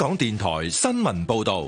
港電台新聞報道。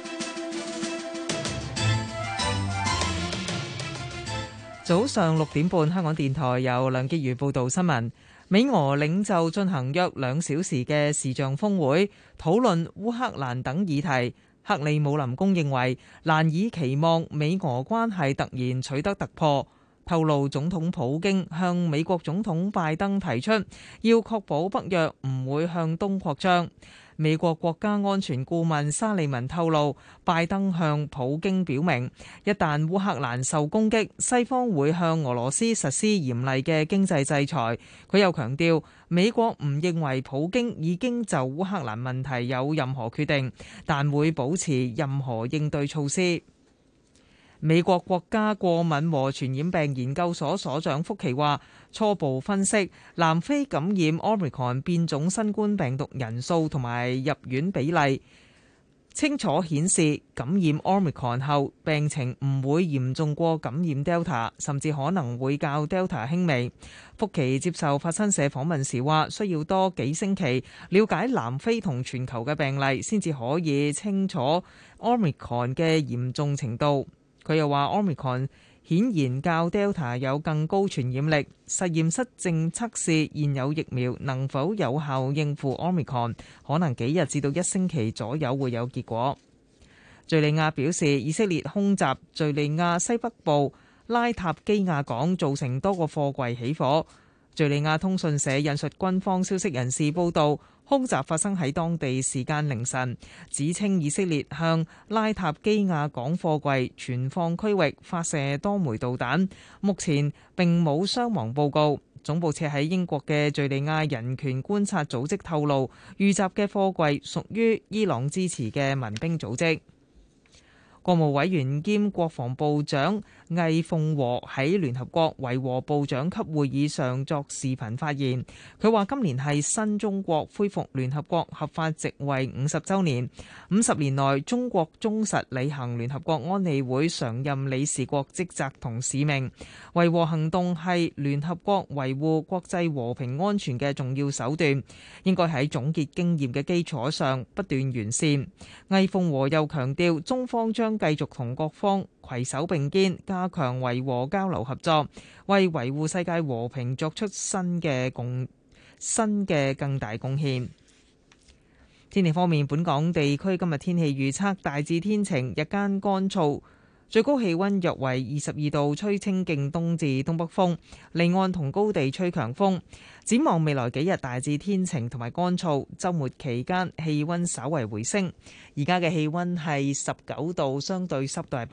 早上6點半，香港電台由梁潔如報道新聞。美俄領袖進行約2小時嘅視像峰會，討論烏克蘭等議題。克里姆林宮認為難以期望美俄關係突然取得突破，透露總統普京向美國總統拜登提出要確保北約唔會向東擴張。美國國家安全顧問沙利文透露，拜登向普京表明，一旦烏克蘭受攻擊，西方會向俄羅斯實施嚴厲嘅經濟制裁。佢又強調，美國唔認為普京已經就烏克蘭問題有任何決定，但會保持任何應對措施。美國國家過敏和傳染病研究所所長福奇話，初步分析南非感染 Omicron 變種新冠病毒人數同埋入院比例，清楚顯示感染 Omicron 後病情唔會嚴重過感染 Delta， 甚至可能會較 Delta 輕微。福奇接受法新社訪問時話，需要多幾星期了解南非同全球嘅病例，先至可以清楚 Omicron 嘅嚴重程度。佢又話 Omicron 顯然較 Delta 有更高傳染力，實驗室正測試現有疫苗能否有效應付 Omicron， 可能幾日至到1星期左右會有結果。敘利亞表示，以色列空襲敘利亞西北部拉塔基亞港，造成多個貨櫃起火。敘利亞通訊社引述軍方消息人士報道，空襲發生喺當地時間凌晨，指稱以色列向拉塔基亞港貨櫃存放區域發射多枚導彈，目前並冇傷亡報告。總部設喺英國嘅敘利亞人權觀察組織透露，遇襲嘅貨櫃屬於伊朗支持嘅民兵組織。國務委員兼國防部長魏鳳和喺聯合國維和部長級會議上作視頻發言。佢話今年係新中國恢復聯合國合法席位50週年，50年內中國忠實履行聯合國安理會常任理事國職責同使命。維和行動係聯合國維護國際和平安全嘅重要手段，應該喺總結經驗嘅基礎上不斷完善。魏鳳和又強調，中方將繼續同各方攜手並肩，加強維和交流合作，為維護世界和平作出新嘅更大貢獻。天氣方面，本港地區今日天氣預測大致天晴，日間乾燥，最高氣溫約為22度，吹清勁東至東北風，離岸同高地吹強風。展望未來幾日大致天晴同埋乾燥，週末期間氣溫稍為回升。而家嘅氣溫係19度，相對濕度係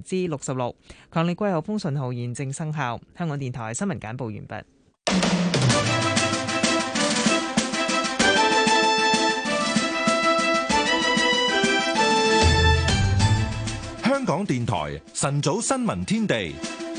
66%。強烈季候風信號現正生效。香港電台新聞簡報完畢。 香港電台晨早新聞天地。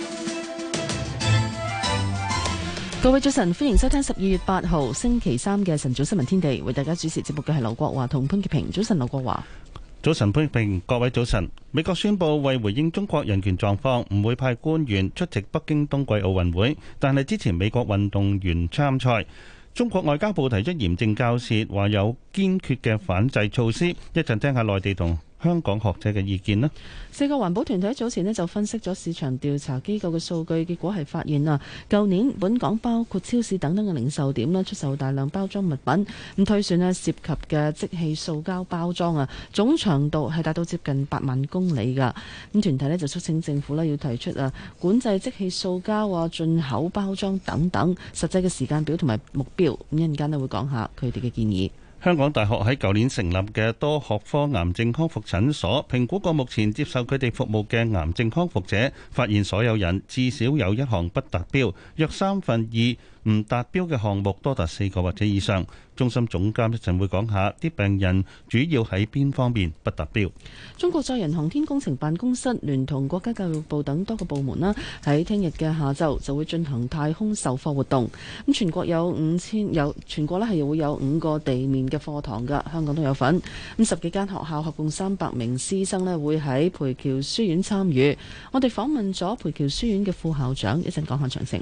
各位早晨，歡迎收聽12月8號星期三嘅晨早新聞天地，為大家主持節目嘅係劉國華同潘潔平。早晨，劉國華。 早晨，潘潔平。各位早晨。美國宣布為回應中國人權狀況，唔會派官員出席北京冬季奧運會，但係支持美國運動員參賽。中國外交部提出嚴正交涉，話有堅決嘅反制措施。一陣聽下內地同香港學者嘅意見啦。 4個環保團體早前就分析咗市場調查機構嘅數據，結果係發現舊年本港包括超市等等嘅零售點出售大量包裝物品，咁推算涉及嘅即棄塑膠包裝總長度係達到接近8萬公里㗎。咁團體就促請政府要提出管制即棄塑膠進口包裝等等實際嘅時間表同埋目標。咁一陣間會講下佢哋嘅建議。 香港大學喺舊年成立嘅多學科癌症康復診所，評估過目前接受佢哋服務嘅癌症康復者，發現所有人至少有一項不達標，約2/3唔達標嘅項目多達4個或者以上。中心總監一陣會講下啲病人主要喺邊方面不達標。 中國載人航天工程辦公室聯同國家教育部等多個部門喺聽日嘅下晝就會進行太空授課活動。咁全國全國係會有5個地面嘅課堂噶，香港都有份。咁10幾間學校合共300名師生會喺培僑書院參與。我哋訪問咗培僑書院嘅副校長，一陣講下詳情。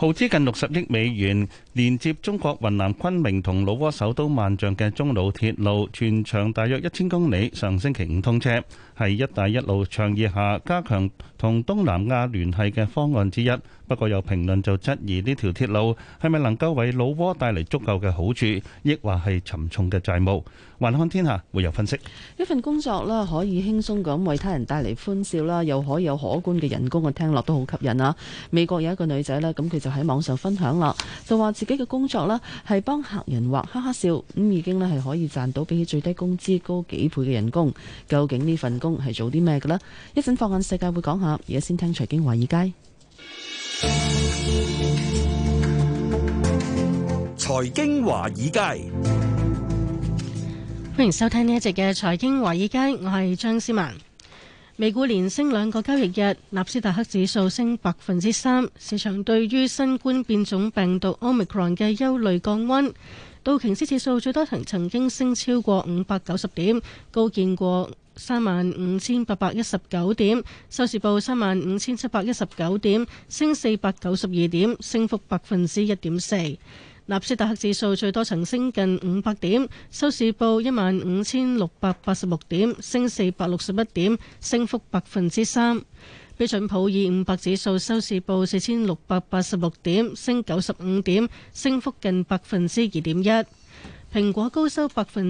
耗資近60億美元，連接中國雲南昆明同老撾首都萬象嘅中老鐵路，全長大約1000公里，上星期五通車，係一帶一路倡議下加強同東南亞聯繫嘅方案之一。不過有評論就質疑呢條鐵路係咪能夠為老撾帶嚟足夠嘅好處，抑或係沉重嘅債務。環看天下會有分析。 一份工作啦，可以輕鬆咁為他人帶嚟歡笑啦，又可以有可觀嘅人工，聽落都好吸引啊！美國有一個女仔咧，咁佢就喺網上分享啦，就話自己嘅工作啦係幫客人畫哈哈笑，咁已經咧係可以賺到比起最低工資高幾倍嘅人工。究竟呢份工係做啲咩嘅呢？一陣放眼世界會講下，而家先聽財經華爾街。 財經華爾街， 歡迎收聽呢一節嘅財經華爾街，我係張思文。美股連升2個交易日，納斯達克指數升3%，市場對於新冠變種病毒 Omicron 嘅憂慮降溫。道瓊斯指數最多曾經升超過590點，高見過35,819點，收市報35,719點，升492點，升幅1.4%。納斯達克指數最多曾升近500點，收市報15,686點，升461點，升幅3%。標準普爾500指數收市報4,686點，升95點，升幅近2.1%。蘋果高收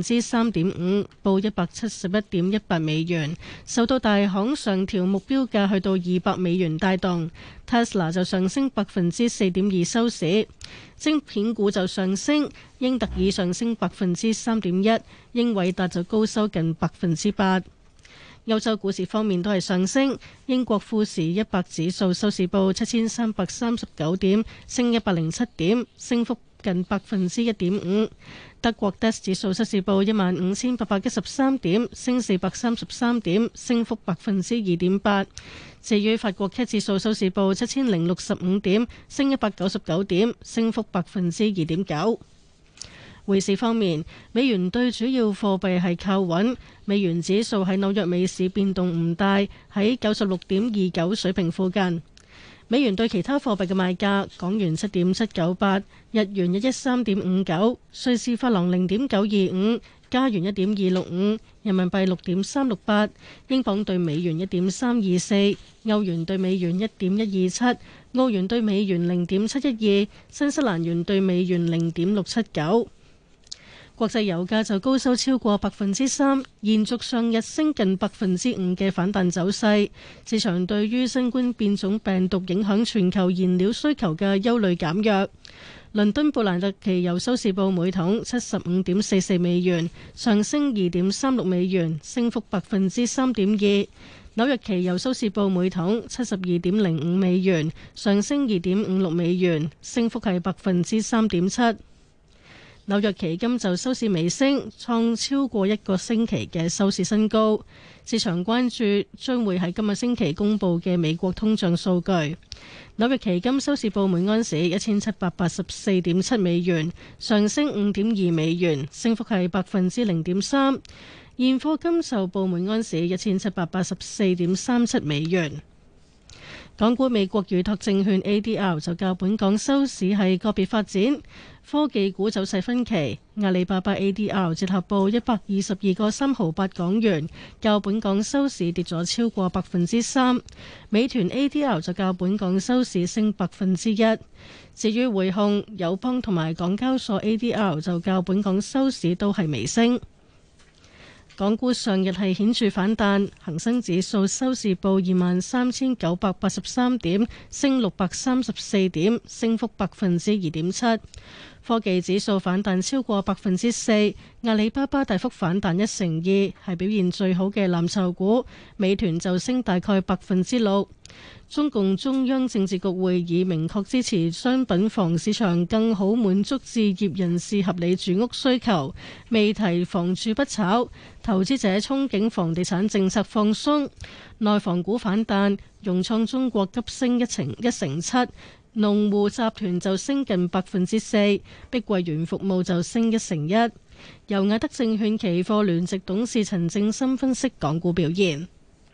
3.5%，報171.18美元，受到大行上調目標價去到200美元帶動。Tesla 就上升4.2%收市，晶片股就上升，英特爾上升3.1%，英偉達就高收近8%。歐洲股市方面都係上升，英國富時100指數收市報7339點，升107點，升幅近1.5%。德國 DAX 指數收市報15,813點，升433點，升幅2.8%。至於法國 CAC 指數收市報7065點，升199點，升幅2.9%。匯市方面，美元對主要貨幣係靠穩，美元指數喺紐約美市變動唔大，喺96.29水平附近。美元對其他貨幣嘅賣價：港元7.798，日元113.59，瑞士法郎0.925，加元1.265，人民幣6.368，英鎊對美元1.324，歐元對美元1.127，澳元對美元0.712，新西蘭元對美元0.679。國際油價就高收超過3%，延續上日升近5%嘅反彈走勢。市場對於新冠變種病毒影響全球燃料需求嘅憂慮減弱。倫敦布蘭特期油收市報每桶75.44美元，上升2.36美元，升幅3.2%。紐約期油收市報每桶72.05美元，上升2.56美元，升幅係3.7%。紐約期金就收市微升，創超過1個星期嘅收市新高。市場關注將會喺今個星期公佈嘅美國通脹數據。紐約期金收市報每安士1784.7美元，上升5.2美元，升幅係0.3%。現貨金就報每安士1784.37美元。港股美國預託證券 ADR 就較本港收市係個別發展，科技股走勢分歧。阿里巴巴 ADR 折合報122.38港元，較本港收市跌咗超過3%。美團 ADR 就較本港收市升1%。至於匯控、友邦同埋港交所 ADR 就較本港收市都係微升。港股上日係顯著反彈，恒生指數收市報23,983點，升634點，升幅2.7%。科技指數反彈超過4%，阿里巴巴大幅反彈1%，係表現最好嘅藍籌股。美團就升大概6%。中共中央政治局會議明確支持商品房市場更好滿足置業人士合理住屋需求，未提房住不炒，投資者憧憬房地產政策放鬆。內房股反彈，融創中國急升1.7%，龍湖集團就升近4%，碧桂園服務就升1%。由亞德證券期貨聯席董事陳正深分析港股表現。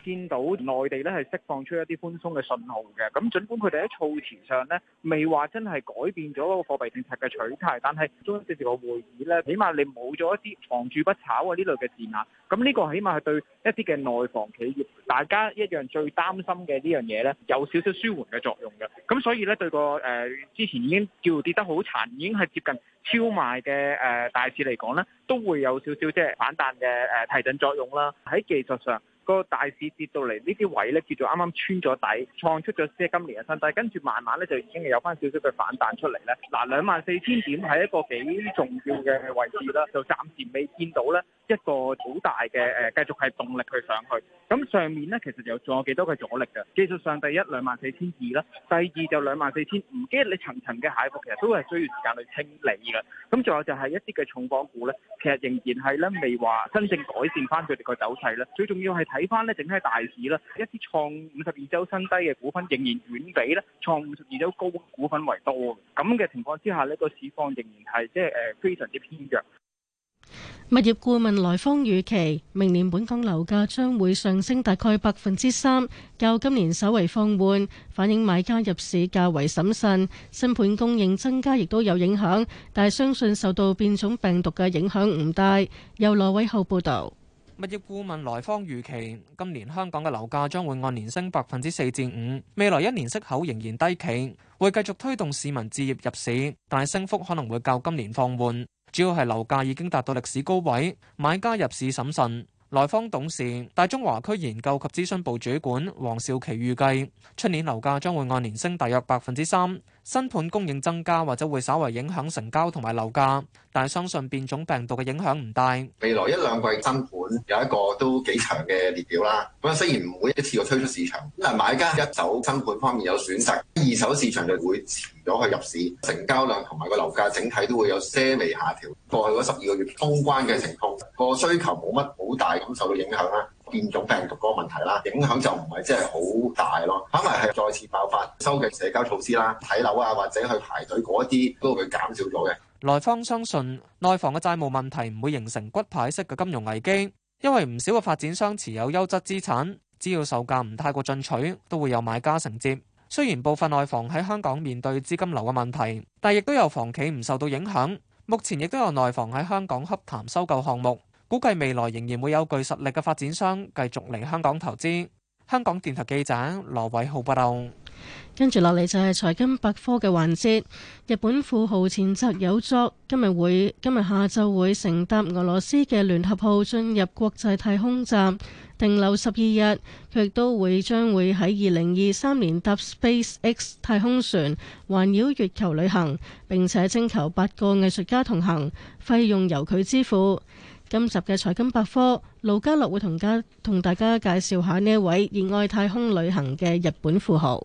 見到內地咧係釋放出一啲寬鬆嘅信號嘅。咁儘管佢哋喺措辭上咧未話真係改變咗嗰個貨幣政策嘅取態，但係中央政治局會議咧，起碼你冇咗一啲房住不炒啊呢類嘅字眼。咁呢個起碼係對一啲嘅內房企業，大家一樣最擔心嘅呢樣嘢咧，有少少舒緩嘅作用嘅。咁所以咧對個之前已經叫跌得好殘，已經係接近超賣嘅大市嚟講咧，都會有少少即係反彈嘅提振作用啦。喺技術上，個大市跌到嚟呢啲位咧，叫做啱啱穿咗底，創出咗即係今年嘅新低，跟住慢慢咧就已經係有翻少少嘅反彈出嚟咧。嗱，24,000點係一個幾重要嘅位置啦，就暫時未見到咧一個好大嘅繼續係動力去上去。咁上面咧其實仲有幾多嘅阻力嘅？技術上第一24,200啦，第二就24,500，即係你層層嘅蟹貨其實都係需要時間去清理嘅。咁仲有就係一啲嘅重磅股咧，其實仍然係咧未話真正改善翻佢哋個走勢咧。最重要係睇翻咧整體大市啦，一啲創52周新低嘅股份仍然遠比咧創52周高股份為多嘅。咁嘅情況之下呢個市況仍然係即係非常之偏弱。 物業顧問來方預期，明年本港樓價將會上升大概3%，較今年稍為放緩，反映買家入市較為審慎。新盤供應增加亦都有影響，但係相信受到變種病毒嘅影響唔大。由羅偉浩報導。 物業顧問來方預期，今年香港嘅樓價將會按年升4%至5%，未來一年息口仍然低企，會繼續推動市民置業入市，但係升幅可能會較今年放緩。主要係樓價已經達到歷史高位，買家入市審慎。來方董事、大中華區研究及諮詢部主管黃少琪預計，出年樓價將會按年升大約3%。新盤供應增加或者會稍為影響成交同埋樓價，但係相信變種病毒嘅影響唔大。 未來一兩季新盤有一個都幾長嘅列表啦。咁雖然唔會一次過推出市場，但係買家一手新盤方面有選擇，二手市場就會遲咗去入市，成交量同埋個樓價整體都會有些微下調。過去嗰12個月通關嘅情況，個需求冇乜好大咁受到影響啦。變種病毒嗰個問題啦，影響就唔係真係好大咯，反為係再次爆發，收緊社交措施啦，睇樓啊或者去排隊嗰啲都會減少咗嘅。 來方相信內房嘅債務問題唔會形成骨牌式嘅金融危機，因為唔少嘅發展商持有優質資產，只要售價唔太過進取，都會有買家承接。雖然部分內房喺香港面對資金流嘅問題，但亦都有房企唔受到影響。目前亦都有內房喺香港洽談收購項目。估計未來仍然會有具實力嘅發展商繼續嚟香港投資。香港電台記者羅偉浩報道。 跟住落嚟就係財金百科嘅環節。日本富豪前澤友作今日下晝會乘搭俄羅斯嘅聯合號進入國際太空站停留12日，佢亦都將會喺2023年搭 SpaceX 太空船環繞月球旅行，並且徵求8個藝術家同行，費用由佢支付。今集嘅財金百科，盧家樂會同大家介紹下呢一位熱愛太空旅行嘅日本富豪。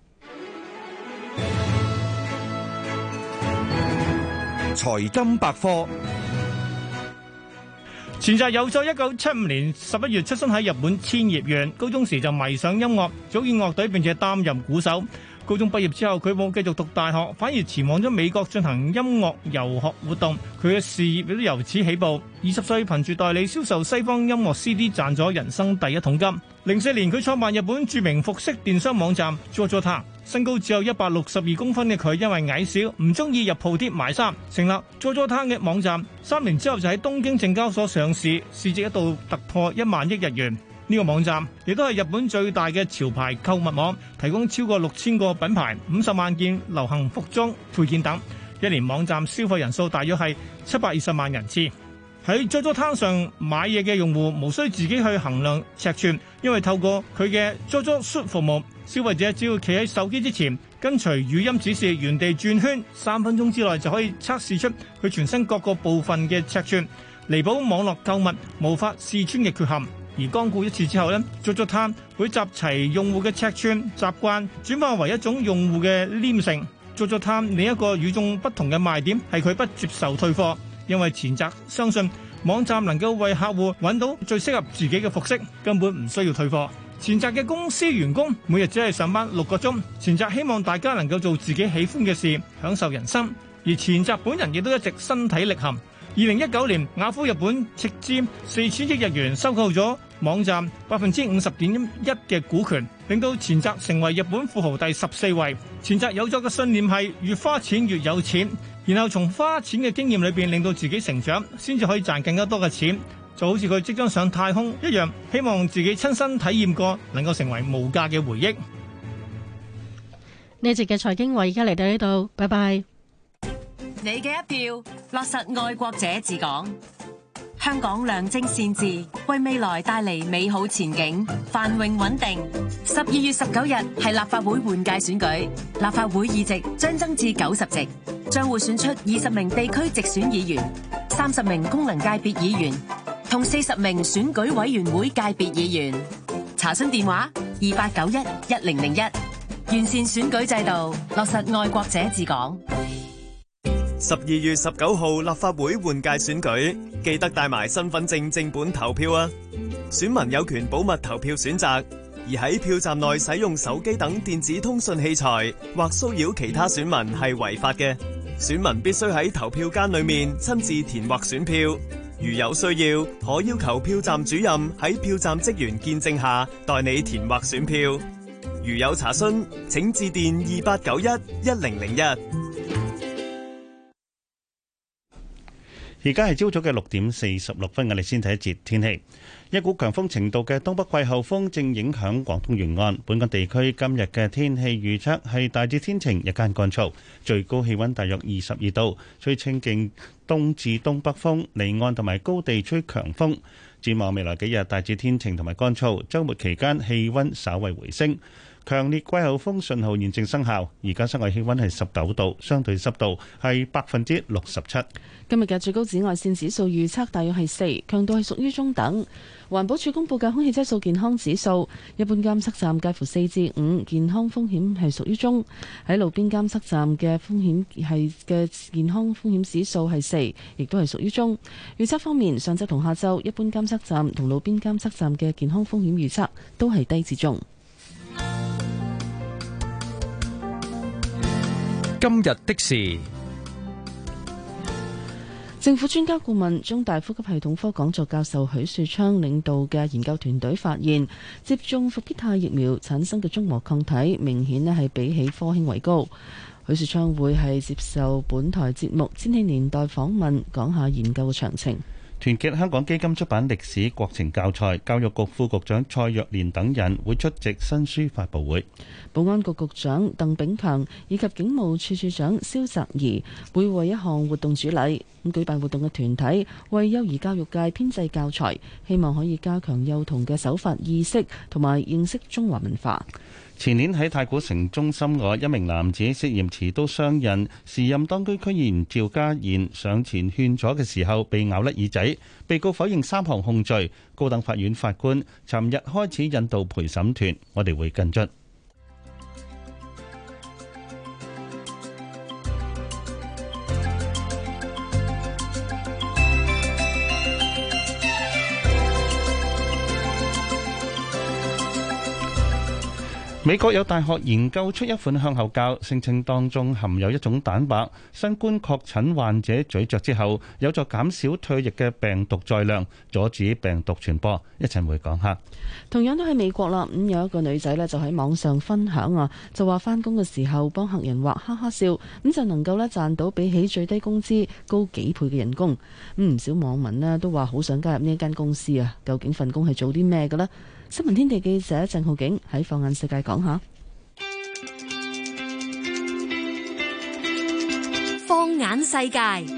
財金百科。 前澤友作1975年11月出生喺日本千葉縣，高中時就迷上音樂，組建樂隊並且擔任鼓手。高中畢業之後，佢冇繼續讀大學，反而前往咗美國進行音樂遊學活動。佢嘅事業亦都由此起步。20歲憑住代理銷售西方音樂 CD 賺咗人生第一桶金。04年佢創辦日本著名服飾電商網站 ZOZOTOWN。身高只有162公分嘅佢，因為矮小唔中意入鋪貼買衫，成立 ZOZOTOWN嘅網站。3年之後就喺東京證交所上市，市值一度突破1萬億日元。呢個網站亦都係日本最大嘅潮牌購物網，提供超過6000個品牌、50萬件流行服裝配件等。一年網站消費人數大約係720萬人次。喺 ZOZOTOWN 上買嘢嘅用戶無需自己去衡量尺寸，因為透過佢嘅 ZOZOSUIT 服務，消費者只要企喺手機之前，跟隨語音指示原地轉圈，3分鐘之內就可以測試出佢全身各個部分嘅尺寸，彌補網絡購物無法試穿嘅缺陷。而光顧一次之後呢， ZOZOTOWN 會集齊用戶嘅尺寸習慣，轉化為一種用戶嘅黏性。ZOZOTOWN 另一個與眾不同嘅賣點係佢不接受退貨，因為前澤相信網站能夠為客戶揾到最適合自己嘅服飾，根本唔需要退貨。前澤嘅公司員工每日只係上班6個鐘，前澤希望大家能夠做自己喜歡嘅事，享受人生。而前澤本人亦都一直身體力行。 2019年，雅虎日本斥資4000億日元收購咗網站50.1%嘅股權，令到前澤成為日本富豪第14位。前澤有咗嘅信念係越花錢越有錢，然後從花錢嘅經驗裏邊令到自己成長，先至可以賺更加多嘅錢。就好似佢即將上太空一樣，希望自己親身體驗過，能夠成為無價嘅回憶。 呢節嘅財經話而家嚟到呢度，拜拜。 你嘅一票，落實愛國者治港。香港良政善治，為未來帶嚟美好前景，繁榮穩定。12月19日係立法會換屆選舉，立法會議席將增至90席，將會選出20名地區直選議員、30名功能界別議員同40名選舉委員會界別議員。查詢電話28911001。完善選舉制度，落實愛國者治港。 12月19號立法會換屆選舉，記得帶埋身份證正本投票啊！選民有權保密投票選擇，而喺票站內使用手機等電子通訊器材或騷擾其他選民係違法嘅。選民必須喺投票間裏面親自填劃選票，如有需要，可要求票站主任喺票站職員見證下代你填劃選票。如有查詢，請致電28911001。 而家係朝早嘅6:46，我哋先睇一節天氣。一股強風程度嘅東北季候風正影響廣東沿岸，本港地區今日嘅天氣預測係大致天晴，日間乾燥，最高氣溫大約22度，吹清勁東至東北風，離岸同埋高地吹強風。展望未來幾日大致天晴同埋乾燥，週末期間氣溫稍為回升。強烈季候風信號現正生效，而家室外氣溫係19度，相對濕度係67%。 今日嘅最高紫外線指數預測大約係4，強度係屬於中等。環保署公布嘅空氣質素健康指數，一般監測站介乎4至5，健康風險係屬於中；喺路邊監測站嘅健康風險指數係4，亦都係屬於中。預測方面，上晝同下晝一般監測站同路邊監測站嘅健康風險預測都係低至中。 今日的事， 政府專家顧問、中大呼吸系統科講座教授許樹昌領導嘅研究團隊發現，接種復必泰疫苗產生嘅中和抗體明顯係比起科興為高。許樹昌會係接受本台節目《千禧年代》訪問，講下研究嘅詳情。 團結香港基金出版歷史國情教材，教育局副局長蔡若蓮等人會出席新書發佈會。 保安局局長鄧炳強以及警務處處長蕭澤頤會為一項活動主禮。舉辦活動嘅團體為幼兒教育界編製教材，希望可以加強幼童嘅守法意識同埋認識中華文化。 前年喺太古城中心外，一名男子涉嫌持刀傷人，時任當區區議員趙家賢上前勸阻嘅時候被咬甩耳仔，被告否認3項控罪。高等法院法官尋日開始引導陪審團，我哋會跟進。美國有大學研究出一款香口膠，聲稱當中含有一種蛋白，新冠確診患者咀嚼之後，有助減少唾液嘅病毒載量，阻止病毒傳播。一陣會講下。 同樣都喺美國啦，有一個女仔呢就喺網上分享就話返工嘅時候幫客人畫哈哈笑，就能夠賺到比起最低工資高幾倍嘅人工。唔少網民呢都話好想加入呢一間公司啊！究竟份工係做啲咩嘅呢？新聞天地記者鄭浩景喺放眼世界講下。 放眼世界。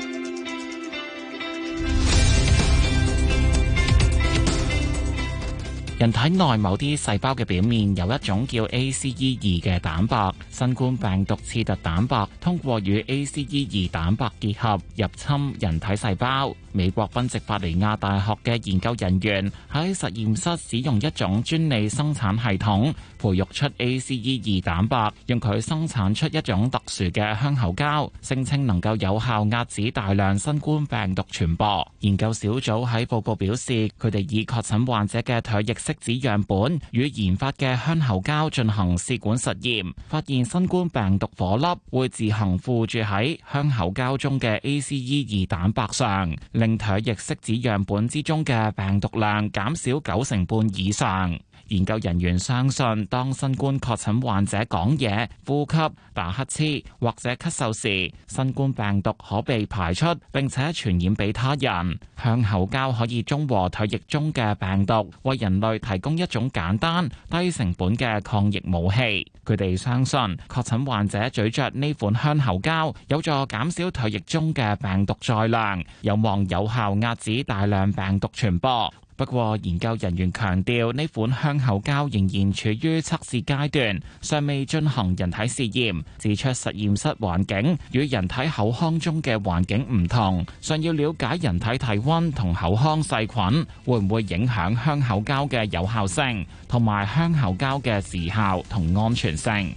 人體內某啲細胞嘅表面有一種叫 ACE2嘅蛋白，新冠病毒刺突蛋白通過與 ACE2蛋白結合入侵人體細胞。美國賓夕法尼亞大學嘅研究人員喺實驗室使用一種專利生產系統，培育出 ACE2蛋白，用佢生產出一種特殊嘅香口膠，聲稱能夠有效遏止大量新冠病毒傳播。研究小組喺報告表示，佢哋以確診患者嘅唾液拭子樣本與研發嘅香口膠進行試管實驗，發現新冠病毒顆粒會自行附住喺香口膠中嘅 ACE2 蛋白上，令唾液拭子樣本之中嘅病毒量減少90%以上。研究人員相信，當新冠確診患者講嘢、呼吸、打乞嗤或者咳嗽時，新冠病毒可被排出並且傳染俾他人。香口膠可以中和唾液中嘅病毒，為人類提供一種簡單、低成本嘅抗疫武器。佢哋相信，確診患者咀嚼呢款香口膠有助減少唾液中嘅病毒載量，有望有效遏止大量病毒傳播。不過，研究人員強調，呢款香口膠仍然處於測試階段，尚未進行人體試驗。指出實驗室環境與人體口腔中嘅環境唔同，尚要了解人體體溫同口腔細菌會唔會影響香口膠嘅有效性，同埋香口膠嘅時效同安全性。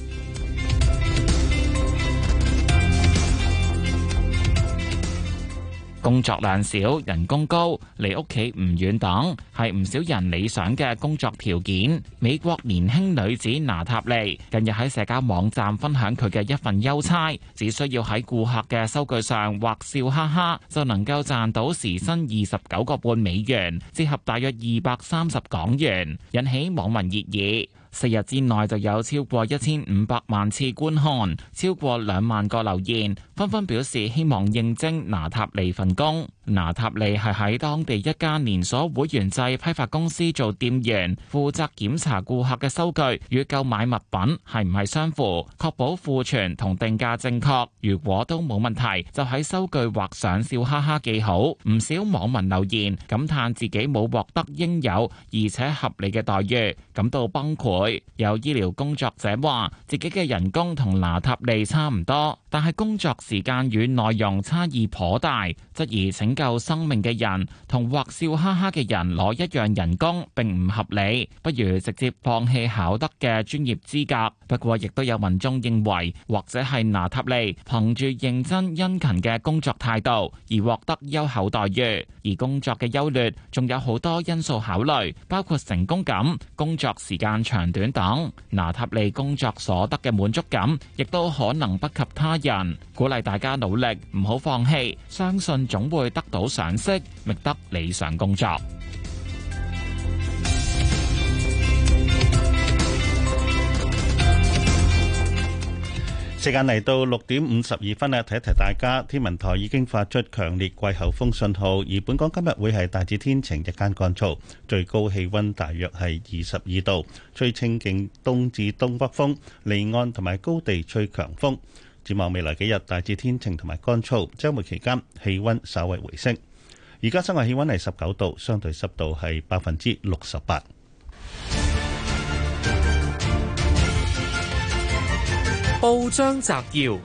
工作量少、人工高、離屋企唔遠等，係唔少人理想嘅工作條件。美國年輕女子娜塔莉近日喺社交網站分享佢嘅一份優差，只需要喺顧客嘅收據上畫笑哈哈，就能夠賺到時薪$29.5，折合大約230港元，引起網民熱議。4日之內就有超過1500萬次觀看，超過2萬個留言，紛紛表示希望應徵娜塔莉份工。娜塔莉係喺當地一家連鎖會員制批發公司做店員，負責檢查顧客嘅收據與購買物品係唔係相符，確保庫存同定價正確。如果都冇問題，就喺收據畫上笑哈哈記好。唔少網民留言感嘆自己冇獲得應有而且合理嘅待遇，感到崩潰。有醫療工作者話自己嘅人工同娜塔莉差唔多，但係工作時間與內容差異頗大，質疑拯救生命嘅人同畫笑哈哈嘅人攞一樣人工並唔合理，不如直接放棄考得嘅專業資格。不過亦都有民眾認為，或者係娜塔莉憑住認真殷勤嘅工作態度而獲得優厚待遇，而工作嘅優劣仲有好多因素考慮，包括成功感、工作時間長短等。娜塔莉工作所得嘅滿足感亦都可能不及他人，鼓勵大家努力，唔好放棄，相信總會得到賞識，覓得理想工作。 時間嚟到6:52啦，提一提大家，天文台已經發出強烈季候風信號，而本港今日會係大致天晴，日間乾燥，最高氣溫大約係22度，吹清勁東至東北風，離岸同埋高地吹強風。展望未來幾日，大致天晴同埋乾燥，週末期間氣溫稍為回升。而家室外氣溫係19度，相對濕度係68%。 報章摘要，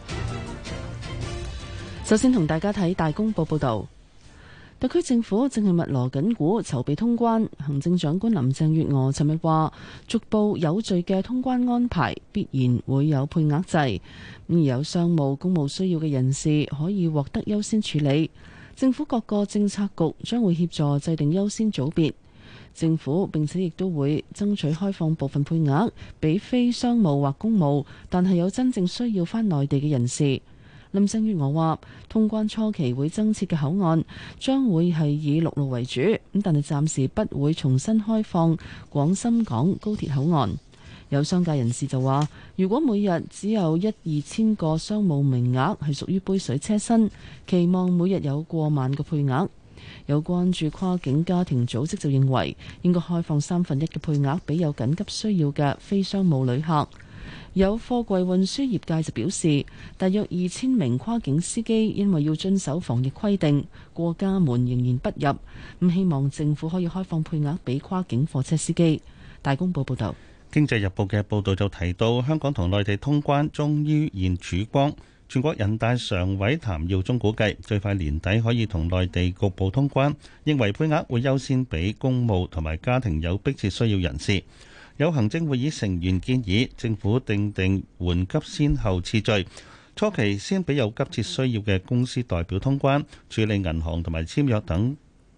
首先同大家睇大公報報導，特區政府正係密鑼緊鼓籌備通關。行政長官林鄭月娥尋日話，逐步有序嘅通關安排必然會有配額制，而有商務公務需要嘅人士可以獲得優先處理。政府各個政策局將會協助制定優先組別。政府並且亦都會爭取開放部分配額俾非商務或公務，但係有真正需要返內地嘅人士。林鄭月娥話，通關初期會增設嘅口岸將會係以陸路為主，但係暫時不會重新開放廣深港高鐵口岸。有商界人士就話，如果每日只有1-2千個商務名額係屬於杯水車薪，期望每日有過萬個配額。有關注跨境家庭組織就認為，應該開放1/3嘅配額俾有緊急需要嘅非商務旅客。有貨櫃運輸業界就表示，大約2000名跨境司機因為要遵守防疫規定，過家門仍然不入。咁希望政府可以開放配額俾跨境貨車司機。大公報報道。 《經濟日報》嘅報導就提到，香港同內地通關終於現曙光。全國人大常委譚耀宗估計，最快年底可以同內地局部通關，認為配額會優先俾公務同埋家庭有迫切需要人士。有行政會議成員建議政府訂定緩急先後次序，初期先俾有急切需要嘅公司代表通關，處理銀行同埋簽約等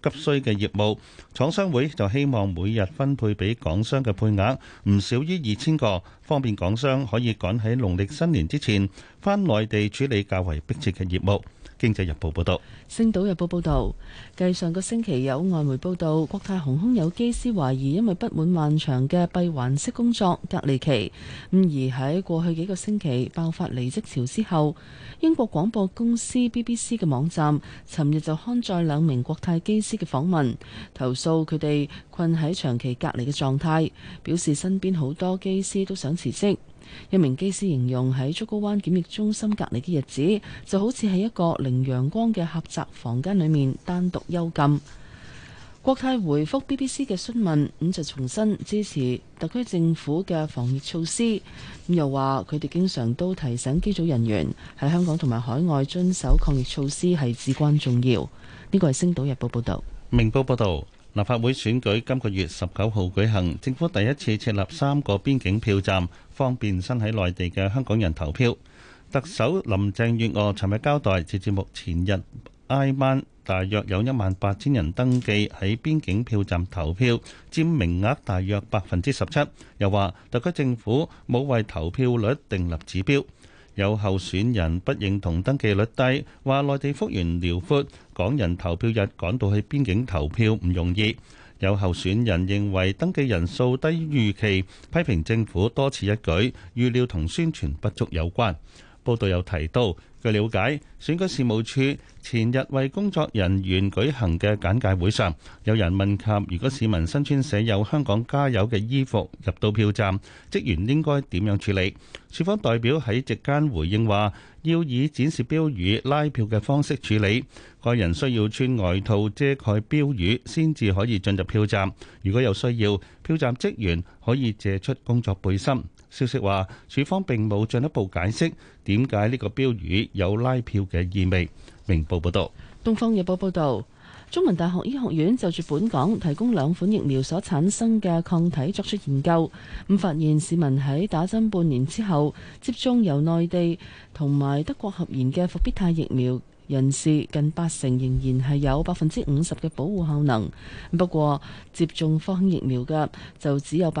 急需嘅業務。廠商會就希望每日分配俾港商嘅配額唔少於2000個，方便港商可以趕喺農曆新年之前返內地處理較為迫切嘅業務。經濟日報報道。 星島日報報道，繼上個星期有外媒報道，國泰航空有機師懷疑因為不滿漫長嘅閉環式工作隔離期，而喺過去幾個星期爆發離職潮之後，英國廣播公司 BBC 嘅網站尋日就刊載2名國泰機師嘅訪問，投訴佢哋困喺長期隔離嘅狀態，表示身邊好多機師都想辭職。一名機師形容喺竹篙灣檢疫中心隔離嘅日子就好似喺一個零陽光嘅狹窄房間裏面單獨幽禁。國泰回覆 BBC 嘅詢問，咁就重申支持特區政府嘅防疫措施，咁又話佢哋經常都提醒機組人員喺香港同埋海外遵守抗疫措施係至關重要。呢個係星島日報報道。 明報報道。立法會選舉今個月19號舉行，政府第一次設立3個邊境票站，方便身喺內地嘅香港人投票。特首林鄭月娥尋日交代，截至目前日挨晚，大約有18000人登記喺邊境票站投票，佔名額大約17%。又話特區政府冇為投票率訂立指標。有候選人不認同登記率低，話內地幅員遼闊，港人投票日趕到去邊境投票唔容易。有候選人認為登記人數低於預期，批評政府多此一舉，預料同宣傳不足有關。報道有提到，據了解，選舉事務處前日為工作人員舉行嘅簡介會上，有人問及如果市民身穿寫有香港加油嘅衣服入到票站，職員應該點樣處理？處方代表喺席間回應話，要以展示標語拉票嘅方式處理，個人需要穿外套遮蓋標語先至可以進入票站。如果有需要，票站職員可以借出工作背心。消息話，處方並冇進一步解釋點解呢個標語有拉票嘅意味。明報報道。 東方日報報道，中文大學醫學院就住本港提供2款疫苗所產生嘅抗體作出研究，咁發現市民喺打針半年之後接種由內地同埋德國合研嘅復必泰疫苗人士，近80%仍然係有50%嘅保護效能。不過接種科興疫苗嘅就只有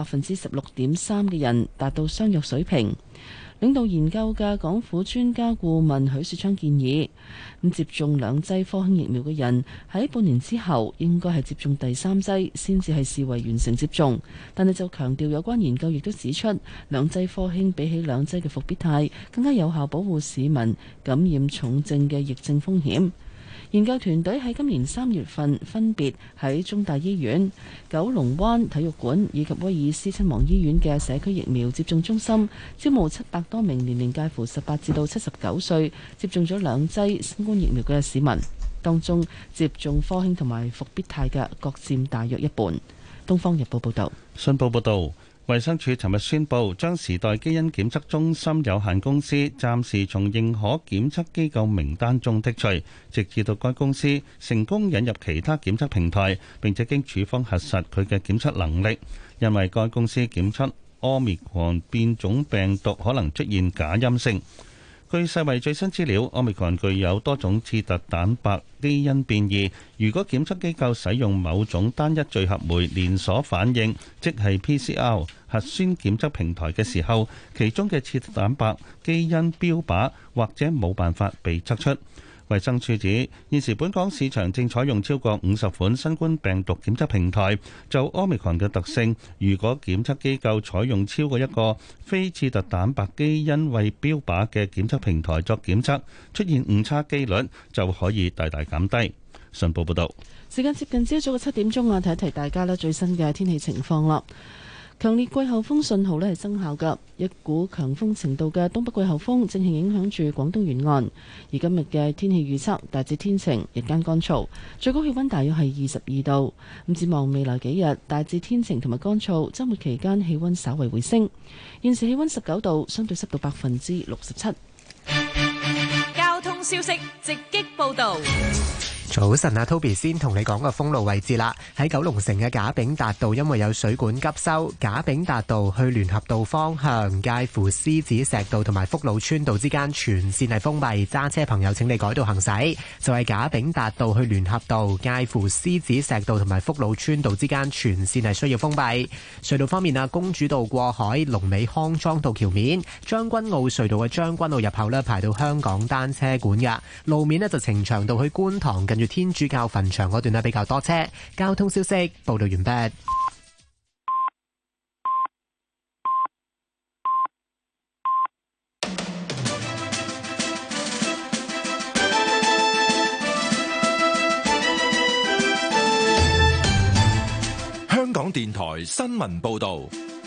16.3%嘅人達到相若水平。領導研究嘅港府專家顧問許樹昌建議，咁接種2劑科興疫苗嘅人喺半年之後應該係接種第3劑先至係視為完成接種。但係就強調有關研究亦都指出，2劑科興比起2劑嘅復必泰更加有效保護市民感染重症嘅疫症風險。研究團隊喺今年3月份分別喺中大醫院、九龍灣體育館以及威爾斯親王醫院嘅社區疫苗接種中心招募700多名年齡介乎18至到79歲接種咗2劑新冠疫苗嘅市民，當中接種科興同埋復必泰嘅各佔大約一半。東方日報報道。 信報報導。衛生署尋日宣布，將時代基因檢測中心有限公司暫時從認可檢測機構名單中剔除，直至到該公司成功引入其他檢測平台，並且經署方核實佢嘅檢測能力。因為該公司檢測Omicron變種病毒可能出現假陰性。據世衛最新資料，Omicron具有多種刺突蛋白基因變異。如果檢測機構使用某種單一聚合酶連鎖反應，即係 PCR 核酸檢測平台嘅時候，其中嘅刺突蛋白基因標靶或者冇辦法被測出。衛生署指，現時本港市場正採用超過50款新冠病毒檢測平台。就 Omicron 嘅特性，如果檢測機構採用超過一個非刺突蛋白基因為標靶嘅檢測平台作檢測，出現誤差機率就可以大大減低。信報報道。 時間接近朝早嘅7點鐘啊，提一提大家咧最新嘅天氣情況啦。強烈季候風信號咧係生效㗎，一股強風程度嘅東北季候風正係影響住廣東沿岸。而今日嘅天氣預測大致天晴，日間乾燥，最高氣溫大約係22度。咁展望未來幾日大致天晴同埋乾燥，週末期間氣溫稍為回升。現時氣溫19度，相對濕度67%。 交通消息直擊報導。 早晨啊 ，Toby 先同你講個封路位置啦。喺九龍城嘅賈炳達道，因為有水管急修，賈炳達道去聯合道方向，介乎獅子石道同埋福佬村道之間全線係封閉，揸車朋友請你改道行駛。就係賈炳達道去聯合道，介乎獅子石道同埋福佬村道之間全線係需要封閉。隧道方面啊，公主道過海、龍尾康莊道橋面、將軍澳隧道嘅將軍澳入口呢，排到香港單車館噶。路面呢，就呈祥道去觀塘，近住天主教墳場嗰段呢，比較多車。交通消息報道完畢。 香港電台新聞報道。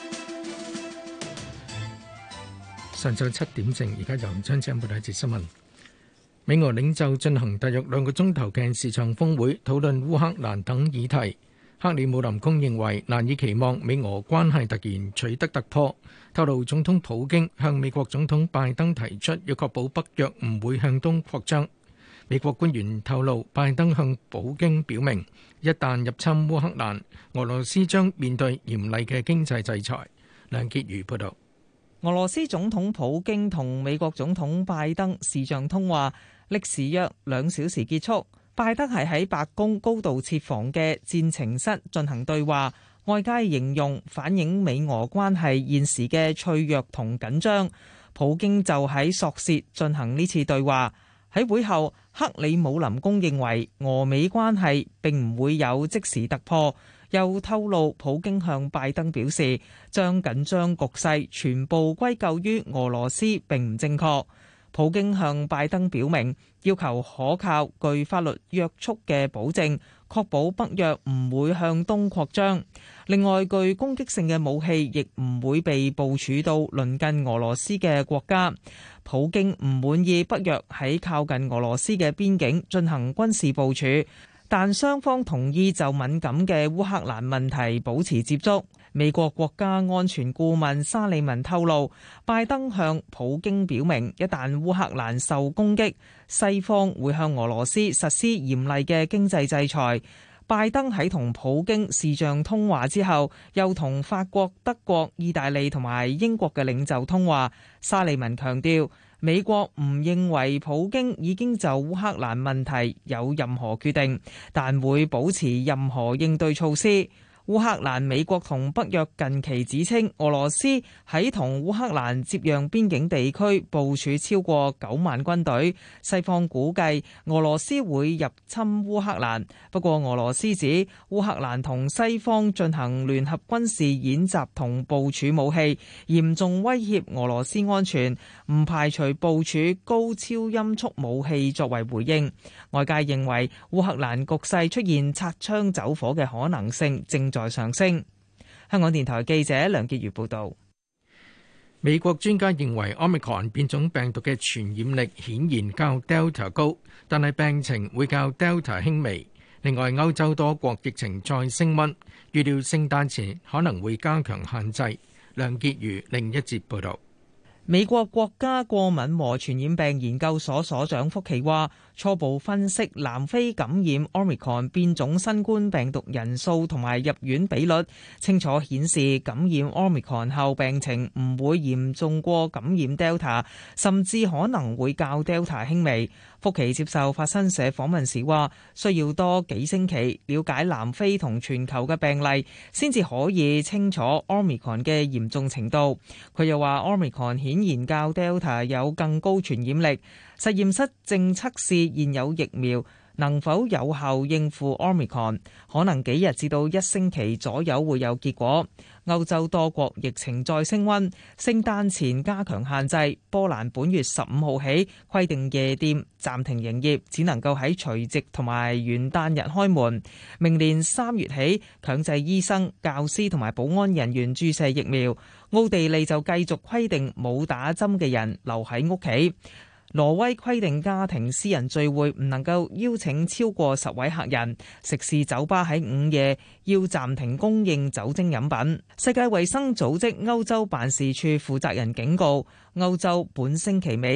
上晝7點正，而家由張姐報道一節新聞。美俄領袖進行大約2個鐘頭嘅視像峰會，討論烏克蘭等議題。克里姆林宮認為難以期望美俄關係突然取得突破，透露總統普京向美國總統拜登提出要確保北約唔會向東擴張。美國官員透露，拜登向普京表明，一旦入侵烏克蘭，俄羅斯將面對嚴厲嘅經濟制裁。梁潔如報導。 俄羅斯總統普京同美國總統拜登視像通話，歷時約2小時結束。拜登係喺白宮高度設防嘅戰情室進行對話，外界形容反映美俄關係現時嘅脆弱同緊張。普京就喺索契進行呢次對話。喺會後，克里姆林宮認為俄美關係並唔會有即時突破，又透露普京向拜登表示，將緊張局勢全部歸咎於俄羅斯並唔正確。普京向拜登表明，要求可靠、具法律約束嘅保證，確保北約唔會向東擴張。另外，具攻擊性嘅武器亦唔會被部署到鄰近俄羅斯嘅國家。普京唔滿意北約喺靠近俄羅斯嘅邊境進行軍事部署，但雙方同意就敏感嘅烏克蘭問題保持接觸。美國國家安全顧問沙利文透露，拜登向普京表明，一旦烏克蘭受攻擊，西方會向俄羅斯實施嚴厲嘅經濟制裁。拜登喺同普京視像通話之後，又同法國、德國、意大利同埋英國嘅領袖通話。沙利文強調，美國唔認為普京已經就烏克蘭問題有任何決定，但會保持任何應對措施。烏克蘭美國同北約近期指稱俄羅斯喺同烏克蘭接壤邊境地區部署超過9萬軍隊，西方估計俄羅斯會入侵烏克蘭。不過俄羅斯指烏克蘭同西方進行聯合軍事演習同部署武器，嚴重威脅俄羅斯安全，唔排除部署高超音速武器作為回應。外界認為烏克蘭局勢出現擦槍走火嘅可能性正在上升。香港電台記者梁潔如報導。 美國專家認為 Omicron 變種病毒嘅傳染力顯然較 Delta 高，但係病情會較 Delta 輕微。另外，歐洲多國疫情再升溫，預料聖誕前可能會加強限制。梁潔如另一節報導。 美國國家過敏和傳染病研究所所長福奇話，初步分析南非感染 Omicron 變種新冠病毒人數同埋入院比率，清楚顯示感染 Omicron 後病情唔會嚴重過感染 Delta， 甚至可能會較 Delta 輕微。福奇接受法新社訪問時話，需要多幾星期了解南非同全球嘅病例，先至可以清楚 Omicron 嘅嚴重程度。佢又話 Omicron 顯然較 Delta 有更高傳染力，實驗室正測試現有疫苗能否有效應付 Omicron， 可能幾日至到1星期左右會有結果。歐洲多國疫情再升溫，聖誕前加強限制。波蘭本月15號起規定夜店暫停營業，只能夠喺除夕同埋元旦日開門。明年3月起強制醫生、教師同埋保安人員注射疫苗。奧地利就繼續規定冇打針嘅人留喺屋企。挪威規定家庭私人聚會唔能夠邀請超過10位客人，食肆酒吧喺午夜要暫停供應酒精飲品。世界衛生組織歐洲辦事處負責人警告，歐洲本星期尾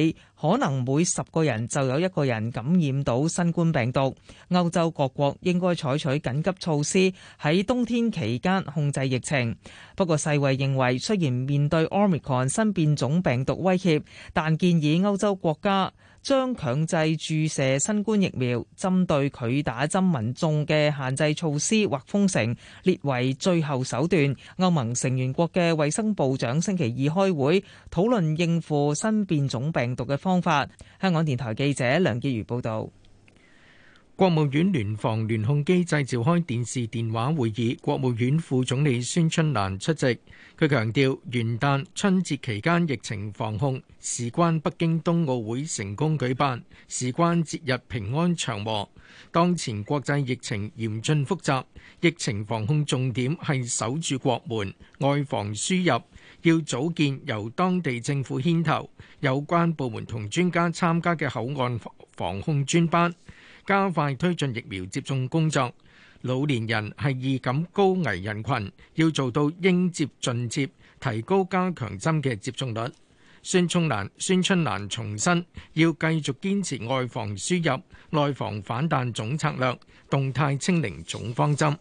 可能每10個人就有1個人感染到新冠病毒。歐洲各國應該採取緊急措施，喺冬天期間控制疫情。不過世衛認為，雖然面對 Omicron 新變種病毒威脅，但建議歐洲國家將強制注射新冠疫苗、針對拒打針民眾嘅限制措施或封城列為最後手段。歐盟成員國嘅衛生部長星期二開會討論應付新變種病毒嘅方法。香港電台記者梁潔如報導。 國務院聯防聯控機制召開電視電話會議，國務院副總理孫春蘭出席。佢強調，元旦、春節期間疫情防控事關北京冬奧會成功舉辦，事關節日平安祥和。當前國際疫情嚴峻複雜，疫情防控重點係守住國門，外防輸入，要組建由當地政府牽頭、有關部門同專家參加嘅口岸防控專班，加快推進疫苗接種工作。老年人係易感高危人群，要做到應接盡接，提高加強針嘅接種率。孫春蘭重申，要繼續堅持外防輸入、內防反彈總策略，動態清零總方針。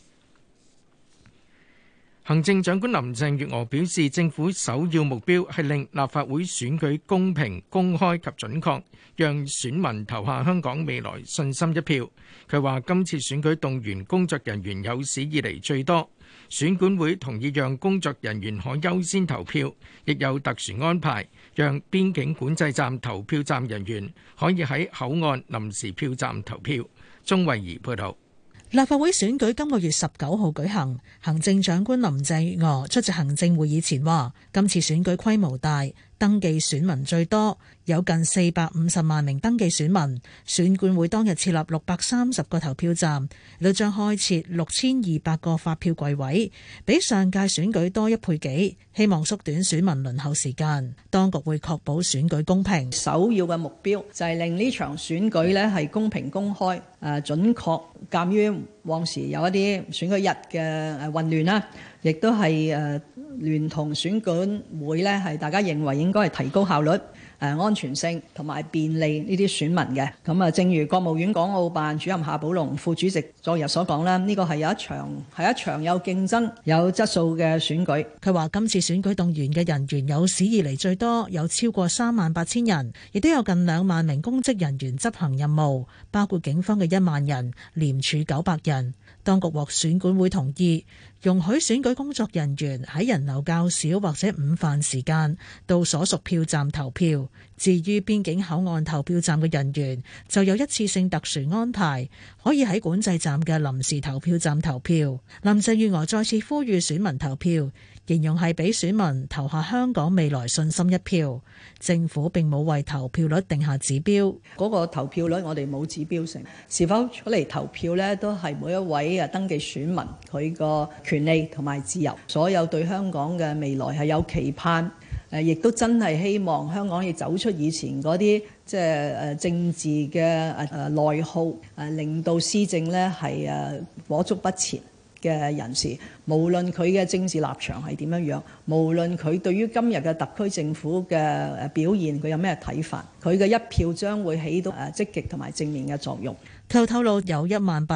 行政長官林鄭月娥表示，政府首要目標係令立法會選舉公平、公開及準確，讓選民投下香港未來信心一票。佢話今次選舉動員工作人員有史以嚟最多，選管會同意讓工作人員可優先投票，亦有特殊安排，讓邊境管制站投票站人員可以喺口岸臨時票站投票。鍾慧儀報導。 立法會選舉今個月19號舉行，行政長官林鄭月娥出席行政會議前話，今次選舉規模大，登記選民最多，有近450萬名登記選民。選管會當日設立630個投票站，亦都將開設6200個發票櫃位，比上屆選舉多1倍幾，希望縮短選民輪候時間。當局會確保選舉公平， 首要嘅目標就係令呢場選舉呢係公平公開、準確。鑑於往時有一啲選舉日嘅混亂啦，亦都係聯同選管會呢係大家認為應該係提高效率、安全性同埋便利呢啲選民嘅。咁啊，正如國務院港澳辦主任夏寶龍副主席昨日所講啦，呢個係一場有競爭、有質素嘅選舉。 佢話今次選舉動員嘅人員有史以嚟最多，有超過38000人，亦都有近2萬名公職人員執行任務，包括警方嘅1萬人、廉署900人。當局獲選管會同意，容許選舉工作人員喺人流較少或者午飯時間到所屬票站投票。至於邊境口岸投票站嘅人員，就有一次性特殊安排，可以喺管制站嘅臨時投票站投票。林鄭月娥再次呼籲選民投票，形容係俾選民投下香港未來信心一票。政府並冇為投票率定下指標， 嗰個投票率我哋冇指標性，是否出嚟投票呢？都係每一位登記選民佢個權利同埋自由。所有對香港嘅未來係有期盼，亦都真係希望香港要走出以前嗰啲即係政治嘅內耗，令到施政呢係裹足不前嘅人士，無論佢嘅政治立場係點樣樣，無論佢對於今日嘅特區政府嘅表現佢有咩睇法，佢嘅一票將會起到積極同埋正面嘅作用。 佢透露有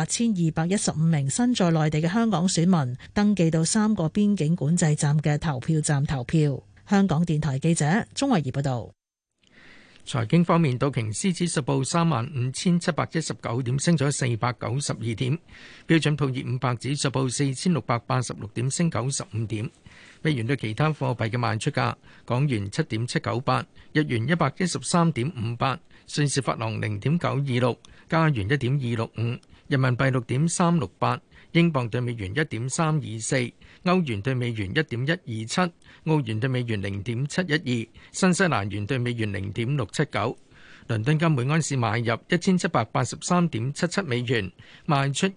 18215名身在內地嘅香港選民登記到3個邊境管制站嘅投票站投票。香港電台記者鍾慧儀報道。 財經方面，道瓊斯指數報35719點，升咗492點；標準普爾500指數報4686點，升95點。美元對其他貨幣嘅賣出價：港元7.798，日元113.58，瑞士法郎0.926，加元1.265，人民幣6.368，英鎊對美元1.324，歐元對美元1.127，澳元對美元0.712，新西蘭元對美元0.679。倫敦金每安士買入1783.77美元，賣出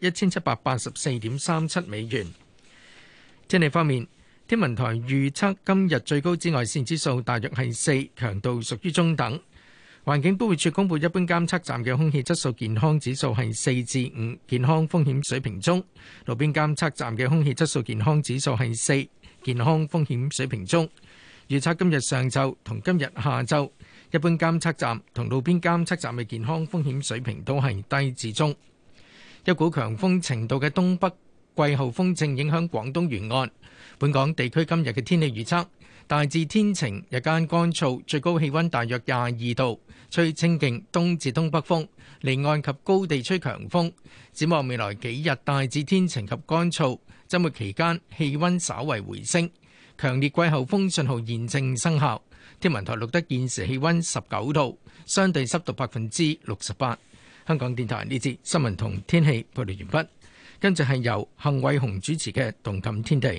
1784.37美元。天氣方面，天文台預測今日最高紫外線指數大約係4，強度屬於中等。環境保護署公布一般監測站嘅空氣質素健康指數係4至5，健康風險水平中；路邊監測站嘅空氣質素健康指數係4，健康風險水平中。預測今日上晝同今日下晝， 一般監測站同路邊監測站嘅健康風險水平都係低至中。一股強風程度嘅東北季候風正影響廣東沿岸。本港地區今日嘅天氣預測大致天晴，日間乾燥，最高氣溫大約22度，吹清勁東至東北風，離岸及高地吹強風。展望未來幾日大致天晴及乾燥，週末期間氣溫稍為回升。強烈季候風信號現正生效。天文台錄得現時氣溫19度，相對濕度68%。香港電台呢節新聞同天氣報道完畢，跟住係由幸偉雄主持嘅《動感天地》。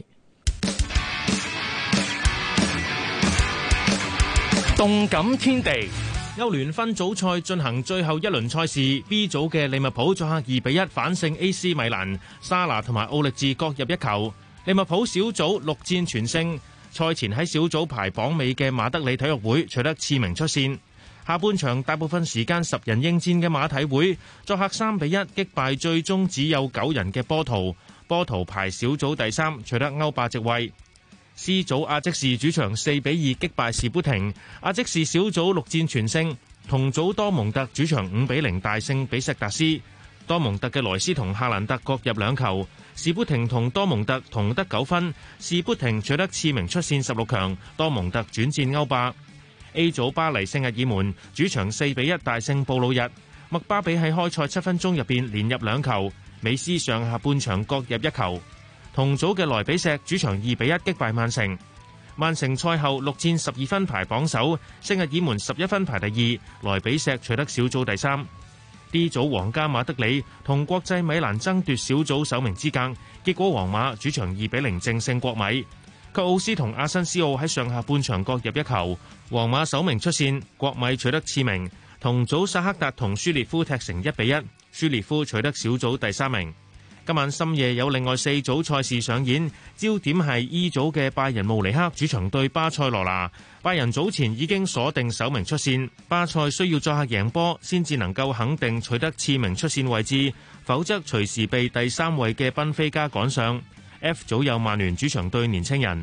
動感天地，歐聯分組賽進行最後一輪賽事 ，B 組嘅利物浦作客2-1反勝 AC 米蘭，沙拿同埋奧力治各入一球。利物浦小組6戰全勝，賽前喺小組排榜尾嘅馬德里體育會取得次名出線。下半場大部分時間10人應戰嘅馬體會作客3-1擊敗最終只有9人嘅波圖，波圖排小組第3，取得歐霸席位。C 組阿積士主場4-2擊敗士砵亭，阿積士小組6戰全勝。同組多蒙特主場5-0大勝比錫達斯，多蒙特嘅萊斯同夏蘭特各入2球，士砵亭同多蒙特同得9分，士砵亭取得次名出線16強，多蒙特轉戰歐霸。A 組巴黎聖日耳門主場4-1大勝布魯日，麥巴比喺開賽7分鐘入邊連入2球，美斯上下半場各入1球。同組嘅萊比錫主場2-1擊敗曼城，曼城賽後6戰12分排榜首，聖日耳門11分排第2，萊比錫取得小組第3。D 組皇家馬德里同國際米蘭爭奪小組首名資格，結果皇馬主場2-0淨勝國米。卻奧斯同阿申斯奧喺上下半場各入1球，皇馬首名出線，國米取得次名。同組薩克達同舒列夫踢成1-1，舒列夫取得小組第3名。今晚深夜有另外4組賽事上演，焦點係 E 組嘅拜仁慕尼黑主場對巴塞羅那。拜仁早前已經鎖定首名出線，巴塞需要作客贏波先至能夠肯定取得次名出線位置，否則隨時被第3位嘅賓菲加趕上。F 組有曼聯主場對年青人。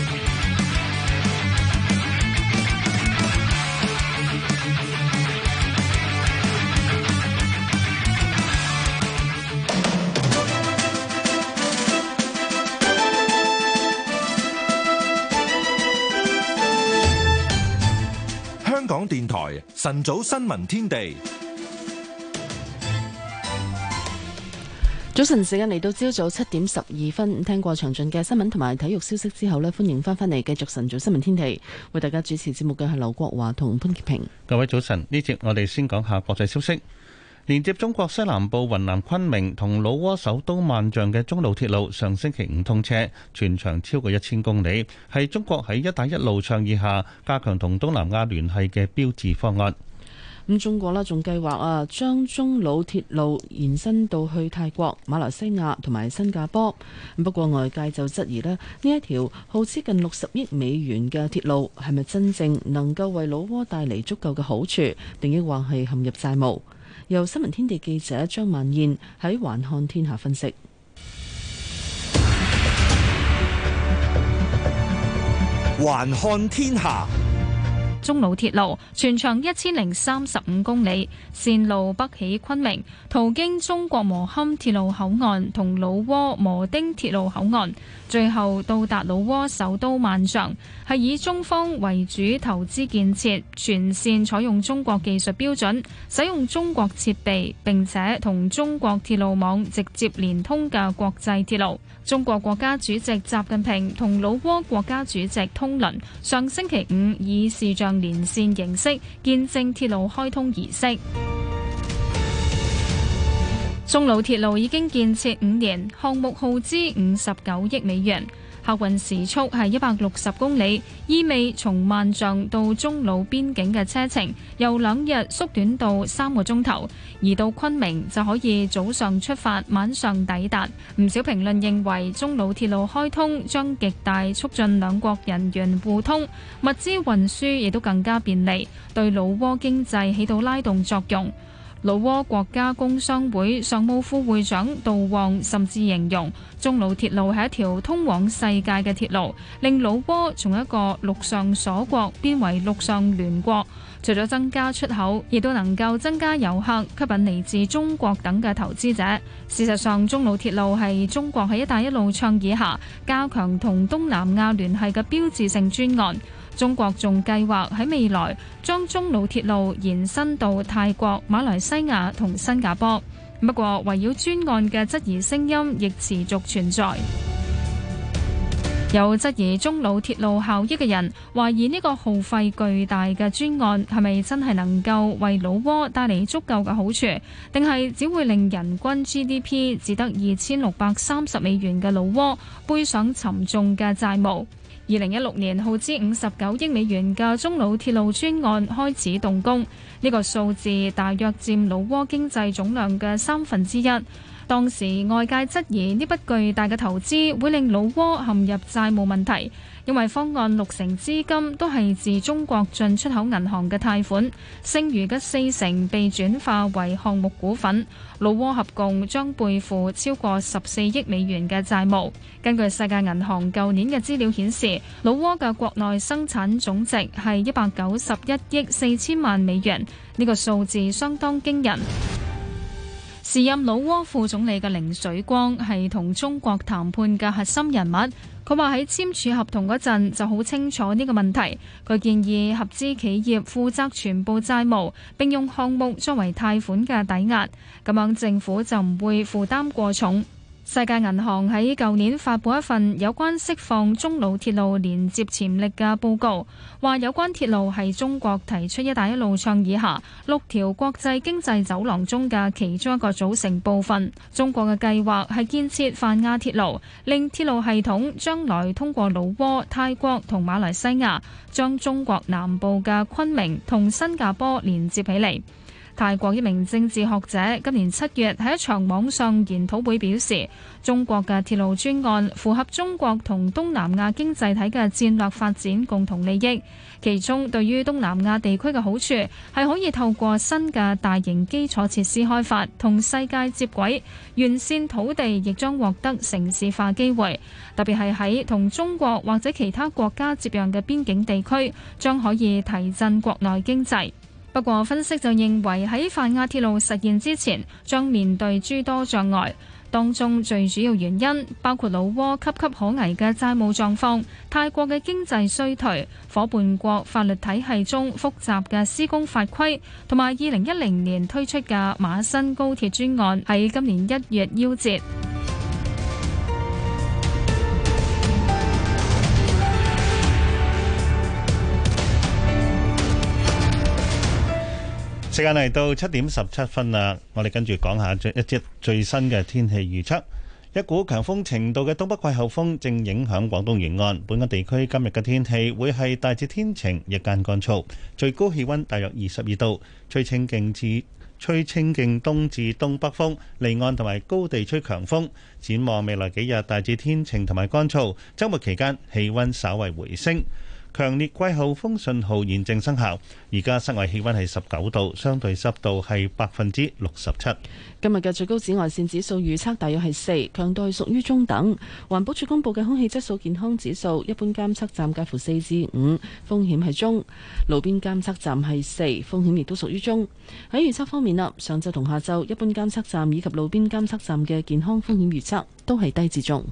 香港電台晨早新聞天地。 早晨時間嚟到朝早7:12，聽過詳盡嘅新聞同埋體育消息之後呢，歡迎翻嚟繼續晨早新聞天地，為大家主持節目嘅係劉國華同潘潔平。 各位早晨，呢節我哋先講下國際消息。連接中國西南部雲南昆明同老撾首都萬象嘅中路鐵路上星期5通車，全長超過1000公里，係中國喺一帶一路倡議下加強同東南亞聯繫嘅標誌方案。 咁中國仲計劃將中老鐵路延伸到去泰國、馬來西亞同埋新加坡。不過外界就質疑呢一條耗資近60億美元嘅鐵路係咪真正能夠為老撾帶嚟足夠嘅好處，定抑或係陷入債務？由新聞天地記者張萬燕喺環看天下分析。 環看天下。 中老鐵路全長1035公里，線路北起昆明，途經中國磨堪鐵路口岸同老撾磨丁鐵路口岸，最後到達老撾首都萬象，係以中方為主投資建設，全線採用中國技術標準，使用中國設備，並且同中國鐵路網直接連通嘅國際鐵路。中國國家主席習近平同老撾國家主席通倫上星期5以視像連線形式見證鐵路開通儀式。中老鐵路已經建設5年，項目耗資59億美元。客運時速係160公里，意味從萬象到中老邊境嘅車程由2日縮短到3個鐘頭，而到昆明就可以早上出發，晚上抵達。唔少評論認為，中老鐵路開通將極大促進兩國人員互通，物資運輸亦都更加便利，對老撾經濟起到拉動作用。 老撾國家工商會常務副會長杜旺甚至形容中老鐵路係一條通往世界嘅鐵路，令老撾從一個陸上鎖國變為陸上聯國。除咗增加出口，亦都能夠增加遊客，吸引嚟自中國等嘅投資者。事實上，中老鐵路係中國喺一帶一路倡議下加強同東南亞聯繫嘅標誌性專案。中國仲計劃喺未來將中老鐵路延伸到泰國、馬來西亞同新加坡。不過，圍繞專案嘅質疑聲音亦持續存在。有質疑中老鐵路效益嘅人，懷疑呢個耗費巨大嘅專案係咪真係能夠為老撾帶嚟足夠嘅好處，定係只會令人均 GDP 只得2630美元嘅老撾背上沉重嘅債務。2016年耗資59億美元嘅中老鐵路專案開始動工，呢個數字大約佔老撾經濟總量嘅1/3。當時外界質疑呢筆巨大嘅投資會令老撾陷入債務問題，因為方案60%資金都係自中國進出口銀行嘅貸款，剩餘嘅40%被轉化為項目股份，老撾合共將背負超過14億美元嘅債務。根據世界銀行舊年嘅資料顯示，老撾嘅國內生產總值係191億4千萬美元，呢個數字相當驚人。時任老撾副總理嘅凌水光係同中國談判嘅核心人物，佢話喺簽署合同嗰陣就好清楚呢個問題。佢建議合資企業負責全部債務，並用項目作為貸款嘅抵押，咁樣政府就唔會負擔過重。世界銀行喺舊年發布一份有關釋放中老鐵路連接潛力嘅報告，話有關鐵路係中國提出一帶一路倡議下6條國際經濟走廊中嘅其中一個組成部分。中國嘅計劃係建設泛亞鐵路，令鐵路系統將來通過老撾、泰國同馬來西亞，將中國南部嘅昆明同新加坡連接起嚟。泰國一名政治學者今年7月喺一場網上研討會表示，中國嘅鐵路專案符合中國同東南亞經濟體嘅戰略發展共同利益，其中對於東南亞地區嘅好處係可以透過新嘅大型基礎設施開發同世界接軌，完善土地亦將獲得城市化機會，特別係喺同中國或者其他國家接壤嘅邊境地區，將可以提振國內經濟。不過，分析就認為喺泛亞鐵路實現之前，將面對諸多障礙，當中最主要原因包括老撾岌岌可危嘅債務狀況、泰國嘅經濟衰退、夥伴國法律體系中複雜嘅施工法規，同埋2010年推出嘅馬新高鐵專案喺今年1月夭折。 時間嚟到7點17分啦，我哋跟住講下一節最新嘅天氣預測。一股強風程度嘅東北季候風正影響廣東沿岸，本港地區今日嘅天氣會係大致天晴，日間乾燥，最高氣溫大約22度，吹清勁東至東北風，離岸同埋高地吹強風。展望未來幾日大致天晴同埋乾燥，週末期間氣溫稍為回升。強烈季候風信號現正生效，而家室外氣溫係19度，相對濕度係67%。 今日嘅最高紫外線指數預測大約係4，強度係屬於中等。環保署公布嘅空氣質素健康指數，一般監測站介乎4至5，風險係中；路邊監測站係4，風險亦都屬於中。喺預測方面啦，上晝同下晝一般監測站以及路邊監測站嘅健康風險預測都係低至中。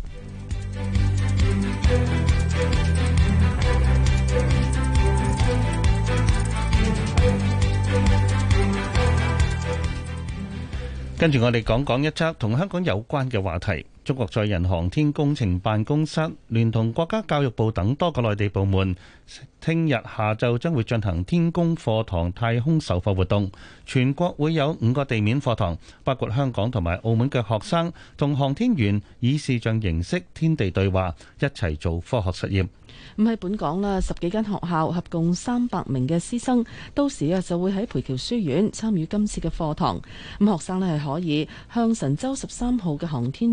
跟住我哋講一則同香港有關嘅話題。中國載人航天工程辦公室聯同國家教育部等多個內地部門，聽日下晝將會進行天宮課堂太空授課活動。全國會有5個地面課堂，包括香港同埋澳門嘅學生同航天員以視像形式天地對話，一齊做科學實驗。 咁喺本港啦，10幾間學校合共300名嘅師生，到時就會喺培僑書院參與今次嘅課堂。咁學生咧係可以向神舟13號嘅航天員擇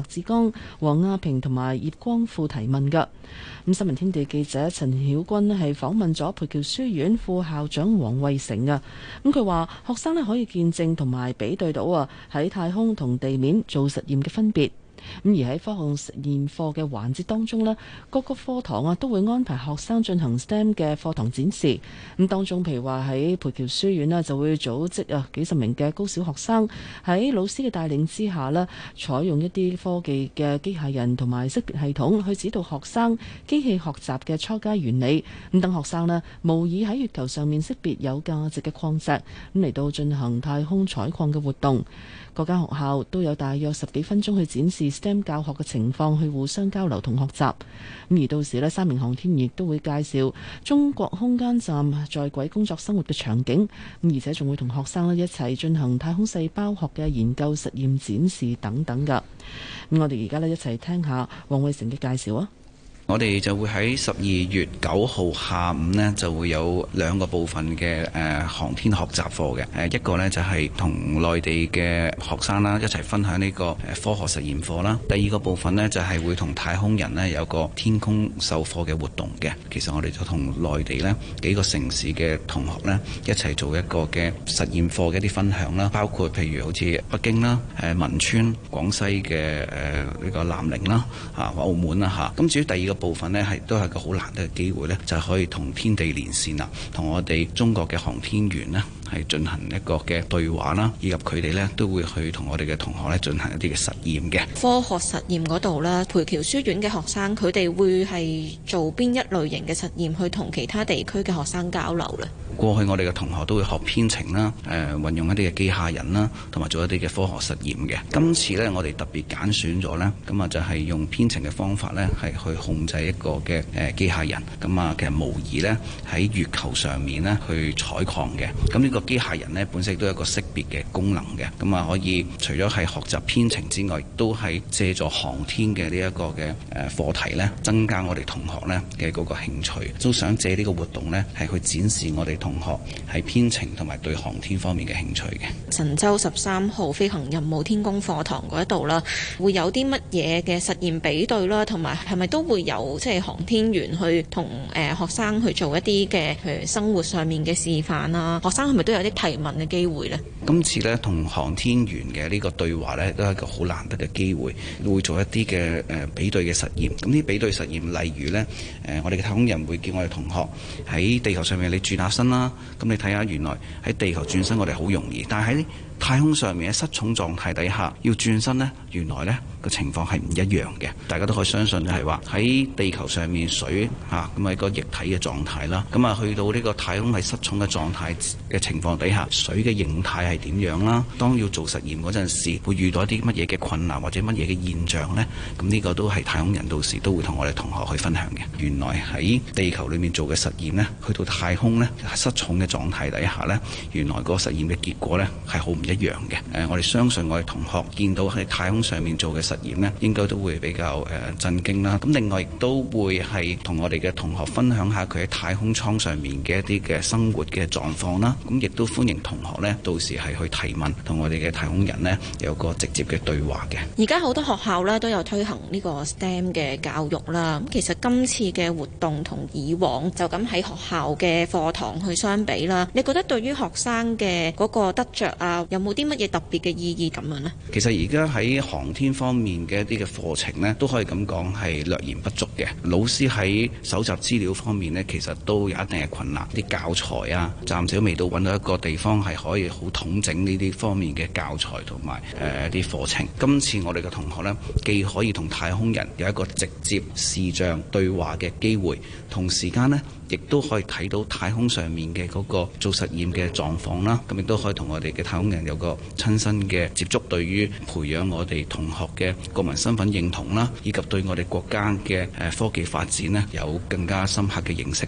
志剛、黃亞平同埋葉光富提問㗎。咁新聞天地記者陳曉君咧係訪問咗培僑書院副校長黃慧成啊。咁佢話學生咧可以見證同埋比對到喺太空同地面做實驗嘅分別。咁而喺科學實驗課嘅環節當中咧，各個課堂都會安排學生進行 STEM 嘅課堂展示。咁當中譬如話喺培僑書院就會組織幾十名嘅高小學生喺老師嘅帶領之下咧，採用一啲科技嘅機械人同埋識別系統去指導學生機器學習嘅初階原理。咁等學生咧模擬喺月球上面識別有價值嘅礦石，咁嚟到進行太空採礦嘅活動。各間學校都有大約10幾分鐘去展示 STEM 教學嘅情況，去互相交流同學習。咁而到時呢，3名航天員亦都會介紹中國空間站在軌工作生活嘅場景，咁而且仲會同學生一齊進行太空細胞學嘅研究實驗展示等等㗎。咁我哋而家一齊聽下黃慧成嘅介紹啊！ 我哋就會喺12月9號下午呢，就會有2個部分嘅航天學習課嘅。一個呢，就係同內地嘅學生啦一齊分享呢個科學實驗課啦。第2個部分呢，就係會同太空人呢有個天空授課嘅活動嘅。其實我哋就同內地呢幾個城市嘅同學呢一齊做一個嘅實驗課嘅一啲分享啦，包括譬如好似北京啦、汶川、廣西嘅呢個南寧啦、澳門啦嚇。咁至於第2個部分呢都係個好難得嘅機會呢，就係可以同天地連線啦，同我哋中國嘅航天員呢係進行一個嘅對話啦，以及佢哋呢都會去同我哋嘅同學呢進行一啲嘅實驗嘅。 科學實驗嗰度呢，培僑書院嘅學生佢哋會係做邊一類型嘅實驗去同其他地區嘅學生交流呢？ 過去我哋嘅同學都會學編程啦，運用一啲嘅機械人啦，同埋做一啲嘅科學實驗嘅。今次呢，我哋特別揀選咗呢，咁啊就係用編程嘅方法呢，係去控制一個嘅機械人，咁啊其實模擬呢喺月球上面呢去採礦嘅。咁呢個機械人呢，本身都有一個識別嘅功能嘅，咁啊可以除咗係學習編程之外，都係借助航天嘅呢一個嘅課題呢，增加我哋同學呢嘅嗰個興趣，都想借呢個活動呢，係去展示我哋同學喺編程同埋對航天方面嘅興趣嘅。 神舟13號飛行任務天宮課堂嗰一度啦，會有啲乜嘢嘅實驗比對啦，同埋係咪都會有即係航天員去同學生去做一啲嘅譬如生活上面嘅示範啊？學生係咪都有啲提問嘅機會呢？ 今次呢，同航天員嘅呢個對話呢，都係一個好難得嘅機會，會做一啲嘅比對嘅實驗。咁呢比對實驗例如呢，我哋嘅太空人會叫我哋同學喺地球上面你轉下身啦，咁你睇下原來喺地球轉身我哋好容易，但係喺太空上面喺失重狀態底下要轉身呢，原來呢個情況係唔一樣嘅。大家都可以相信就係話喺地球上面水咁係個液體嘅狀態啦，咁啊去到呢個太空係失重嘅狀態嘅情況底下，水嘅形態係點樣啦？當要做實驗嗰陣時，會遇到一啲乜嘢嘅困難或者乜嘢嘅現象呢？咁呢個都係太空人到時都會同我哋同學去分享嘅。原來喺地球裏面做嘅實驗呢，去到太空呢，失重嘅狀態底下呢，原來個實驗嘅結果呢係好唔一樣嘅。我哋相信我哋同學見到喺太空上面做嘅實驗呢，應該都會比較震驚啦。咁另外亦都會係同我哋嘅同學分享下佢喺太空艙上面嘅一啲嘅生活嘅狀況啦。咁亦都歡迎同學呢，到時係去提問，同我哋嘅太空人呢有個直接嘅對話嘅。 而家好多學校呢都有推行呢個 STEM 嘅教育啦。咁其實今次嘅活動同以往就咁喺學校嘅課堂去相比啦，你覺得對於學生嘅嗰個得着啊，有冇啲乜嘢特別嘅意義咁樣呢？ 其實而家喺航天方面嘅一啲嘅課程呢，都可以咁講係略嫌不足嘅。老師喺搜集資料方面呢，其實都有一定嘅困難。啲教材啊，暫時都未到揾到一個地方係可以好統整呢啲方面嘅教材同埋一啲課程。今次我哋嘅同學呢，既可以同太空人有一個直接視像對話嘅機會，同時間呢，亦都可以睇到太空上面嘅嗰個做實驗嘅狀況啦。咁亦都可以同我哋嘅太空人有個親身嘅接觸，對於培養我哋同學嘅國民身份認同啦，以及對我哋國家嘅科技發展呢，有更加深刻嘅認識。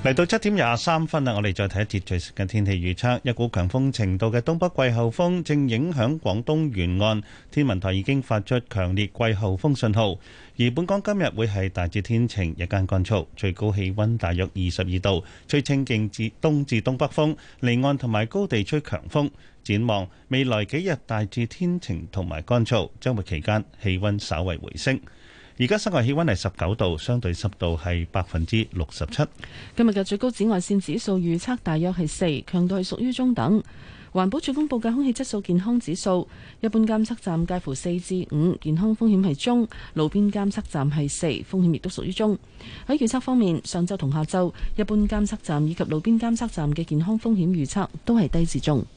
嚟到7:23啦，我哋再睇一節最新嘅天氣預測。一股強風程度嘅東北季候風正影響廣東沿岸，天文台已經發出強烈季候風信號。而本港今日會係大致天晴，日間乾燥，最高氣溫大約22度，吹清勁至東至東北風，離岸同埋高地吹強風。展望未來幾日大致天晴同埋乾燥，週末期間氣溫稍為回升。而家室外氣溫係19度，相對濕度係67%。 今日嘅最高紫外線指數預測大約係4，強度係屬於中等。環保署公布嘅空氣質素健康指數，一般監測站介乎4至5，健康風險係中；路邊監測站係4，風險亦都屬於中。喺預測方面，上晝同下晝，一般監測站以及路邊監測站嘅健康風險預測都係低至中。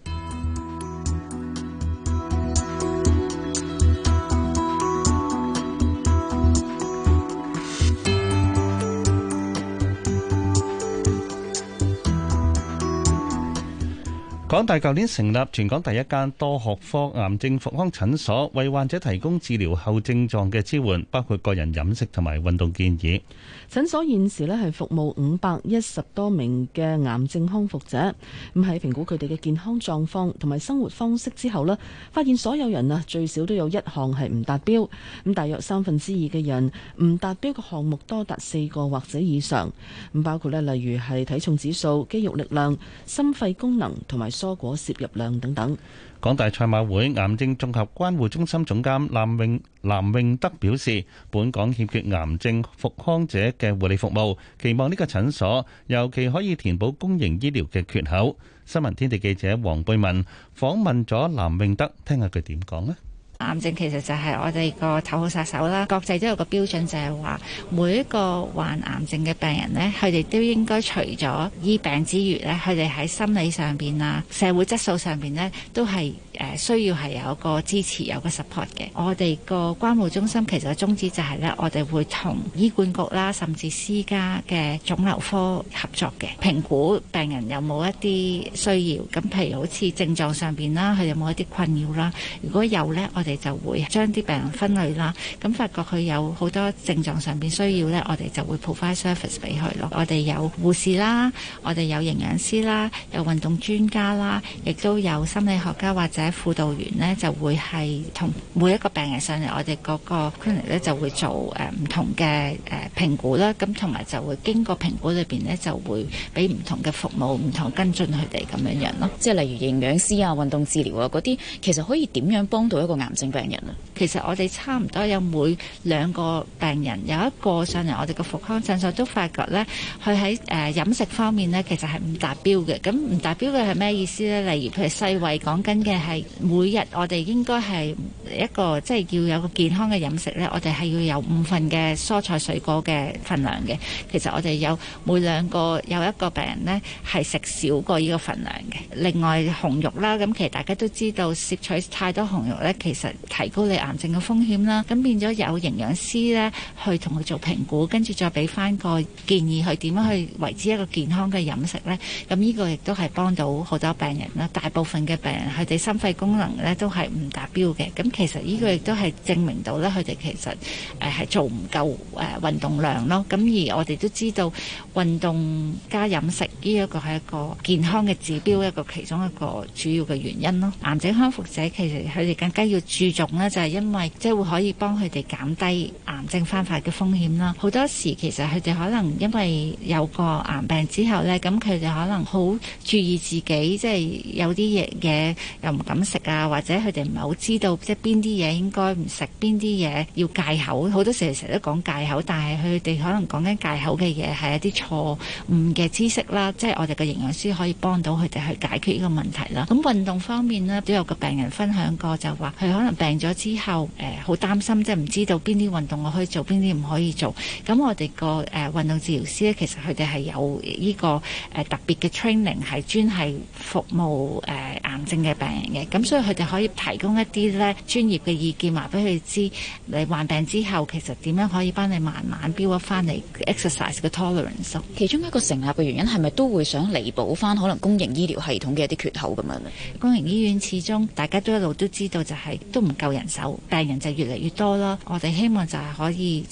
港大舊年成立全港第一間多學科癌症復康診所，為患者提供治療後症狀嘅支援，包括個人飲食同埋運動建議。 診所現時咧係服務510多名嘅癌症康復者，咁喺評估佢哋嘅健康狀況同埋生活方式之後咧，發現所有人啊最少都有一項係唔達標，咁大約2/3嘅人唔達標嘅項目多達4個或者以上，咁包括咧例如係體重指數、肌肉力量、心肺功能同埋蔬果攝入量等等。 港大賽馬會癌症綜合關護中心總監藍永德表示，本港欠缺癌症復康者嘅護理服務，期望呢個診所尤其可以填補公營醫療嘅缺口。新聞天地記者黃貝文訪問咗藍永德，聽下佢點講呢？ 癌症其實就係我哋個頭號殺手啦，國際都有個標準，就係話每一個患癌症嘅病人呢，佢哋都應該除咗醫病之餘呢，佢哋喺心理上邊啊、社會質素上邊呢，都係需要係有個支持、有個 support 嘅。我哋個關護中心其實宗旨就係呢，我哋會同醫管局啦，甚至私家嘅腫瘤科合作嘅，評估病人有冇一啲需要。咁譬如好似症狀上邊啦，佢有冇一啲困擾啦？如果有呢，我哋就會將啲病人分類啦。咁發覺佢有好多症狀上邊需要呢，我哋就會 provide service 俾佢咯。我哋有護士啦，我哋有營養師啦，有運動專家啦，亦都有心理學家或者輔導員呢，就會係同每一個病人上嚟我哋嗰個 clinic 呢，就會做唔同嘅評估啦。咁同埋就會經過評估裏邊呢，就會俾唔同嘅服務、唔同跟進佢哋咁樣樣咯。 即係例如營養師啊、運動治療啊嗰啲，其實可以點樣幫到一個癌症病人啊？ 其實我哋差唔多有每2個病人有一個上嚟我哋個復康診所，都發覺呢，佢喺飲食方面呢，其實係唔達標嘅。咁唔達標嘅係咩意思呢？例如譬如世衛講緊嘅係每日我哋應該係一個即係要有個健康嘅飲食呢，我哋係要有5份嘅蔬菜水果嘅份量嘅。其實我哋有每2個有一個病人呢，係食少過呢個份量嘅。另外紅肉啦，咁其實大家都知道攝取太多紅肉呢，其實提高你癌症嘅風險啦。咁變咗有營養師呢，去同佢做評估，跟住再俾翻個建議佢點樣去維持一個健康嘅飲食呢。咁呢個亦都係幫到好多病人啦。大部分嘅病人佢哋心肺功能呢都係唔達標嘅。咁其實呢個亦都係證明到呢，佢哋其實係做唔夠運動量咯。咁而我哋都知道運動加飲食呢一個係一個健康嘅指標，一個其中一個主要嘅原因咯。癌症康復者其實佢哋更加要注重呢，就係因為即係會可以幫佢哋減低癌症翻發嘅風險啦。好多時其實佢哋可能因為有個癌病之後呢，咁佢哋可能好注意自己，即係有啲嘢又唔敢食啊，或者佢哋唔係好知道即係邊啲嘢應該唔食，邊啲嘢要戒口。好多時成日都講戒口，但係佢哋可能講緊戒口嘅嘢係一啲錯誤嘅知識啦。即係我哋嘅營養師可以幫到佢哋去解決呢個問題啦。咁運動方面呢，都有個病人分享過，就話佢可能病咗之後好擔心，即係唔知道邊啲運動我可以做，邊啲唔可以做。咁我哋個運動治療師呢，其實佢哋係有呢個特別嘅 training， 係專係服務癌症嘅病人嘅。咁所以佢哋可以提供一啲呢專業嘅意見，話俾佢知你患病之後其實點樣可以幫你慢慢 build up 翻嚟 exercise 嘅 tolerance。 其中一個成立嘅原因係咪都會想彌補翻可能公營醫療系統嘅一啲缺口咁樣呢？ 公營醫院始終大家都一路都知道就係都唔夠人手，病人就越嚟越多啦。我哋希望就係可以即係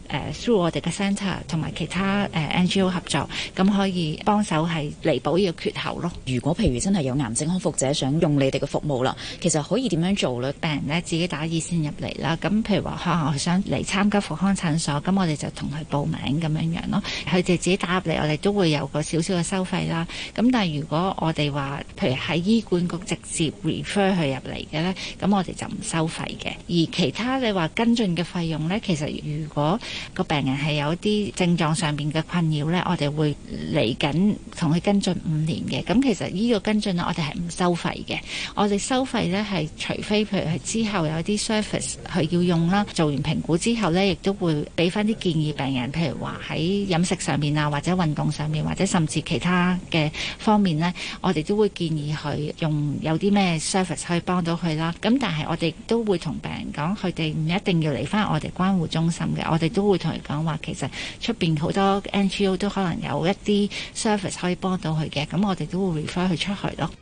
through 我哋嘅 centre 同埋其他NGO 合作，咁可以幫手係彌補呢個缺口咯。 如果譬如真係有癌症康復者想用你哋嘅服務啦，其實可以點樣做呢？ 病人咧自己打熱線入嚟啦，咁譬如話可能佢想嚟參加復康診所，咁我哋就同佢報名咁樣咯。佢哋自己打入嚟，我哋都會有個少少嘅收費啦。咁但係如果我哋話，譬如喺醫管局直接 refer 佢入嚟嘅呢，咁我哋就唔收費嘅。而其他你話跟進嘅費用呢，其實如果個病人係有啲症狀上邊嘅困擾呢，我哋會嚟緊同佢跟進5年嘅。咁其實呢個跟進呢，我哋係唔收費嘅。我哋收費呢係除非譬如係之後有啲 service 佢要用啦，做完評估之後呢，亦都會俾翻啲建議病人，譬如話喺飲食上面啊，或者運動上面，或者甚至其他嘅方面呢，我哋都會建議佢用有啲咩 service 可以幫到佢啦。咁但係我哋都會同病人講，佢哋唔一定要嚟翻我哋關護中心嘅，我哋都會同佢講話，其實出邊好多 NGO 都可能有一啲 service 可以幫到佢嘅，咁我哋都會 refer 佢出去咯。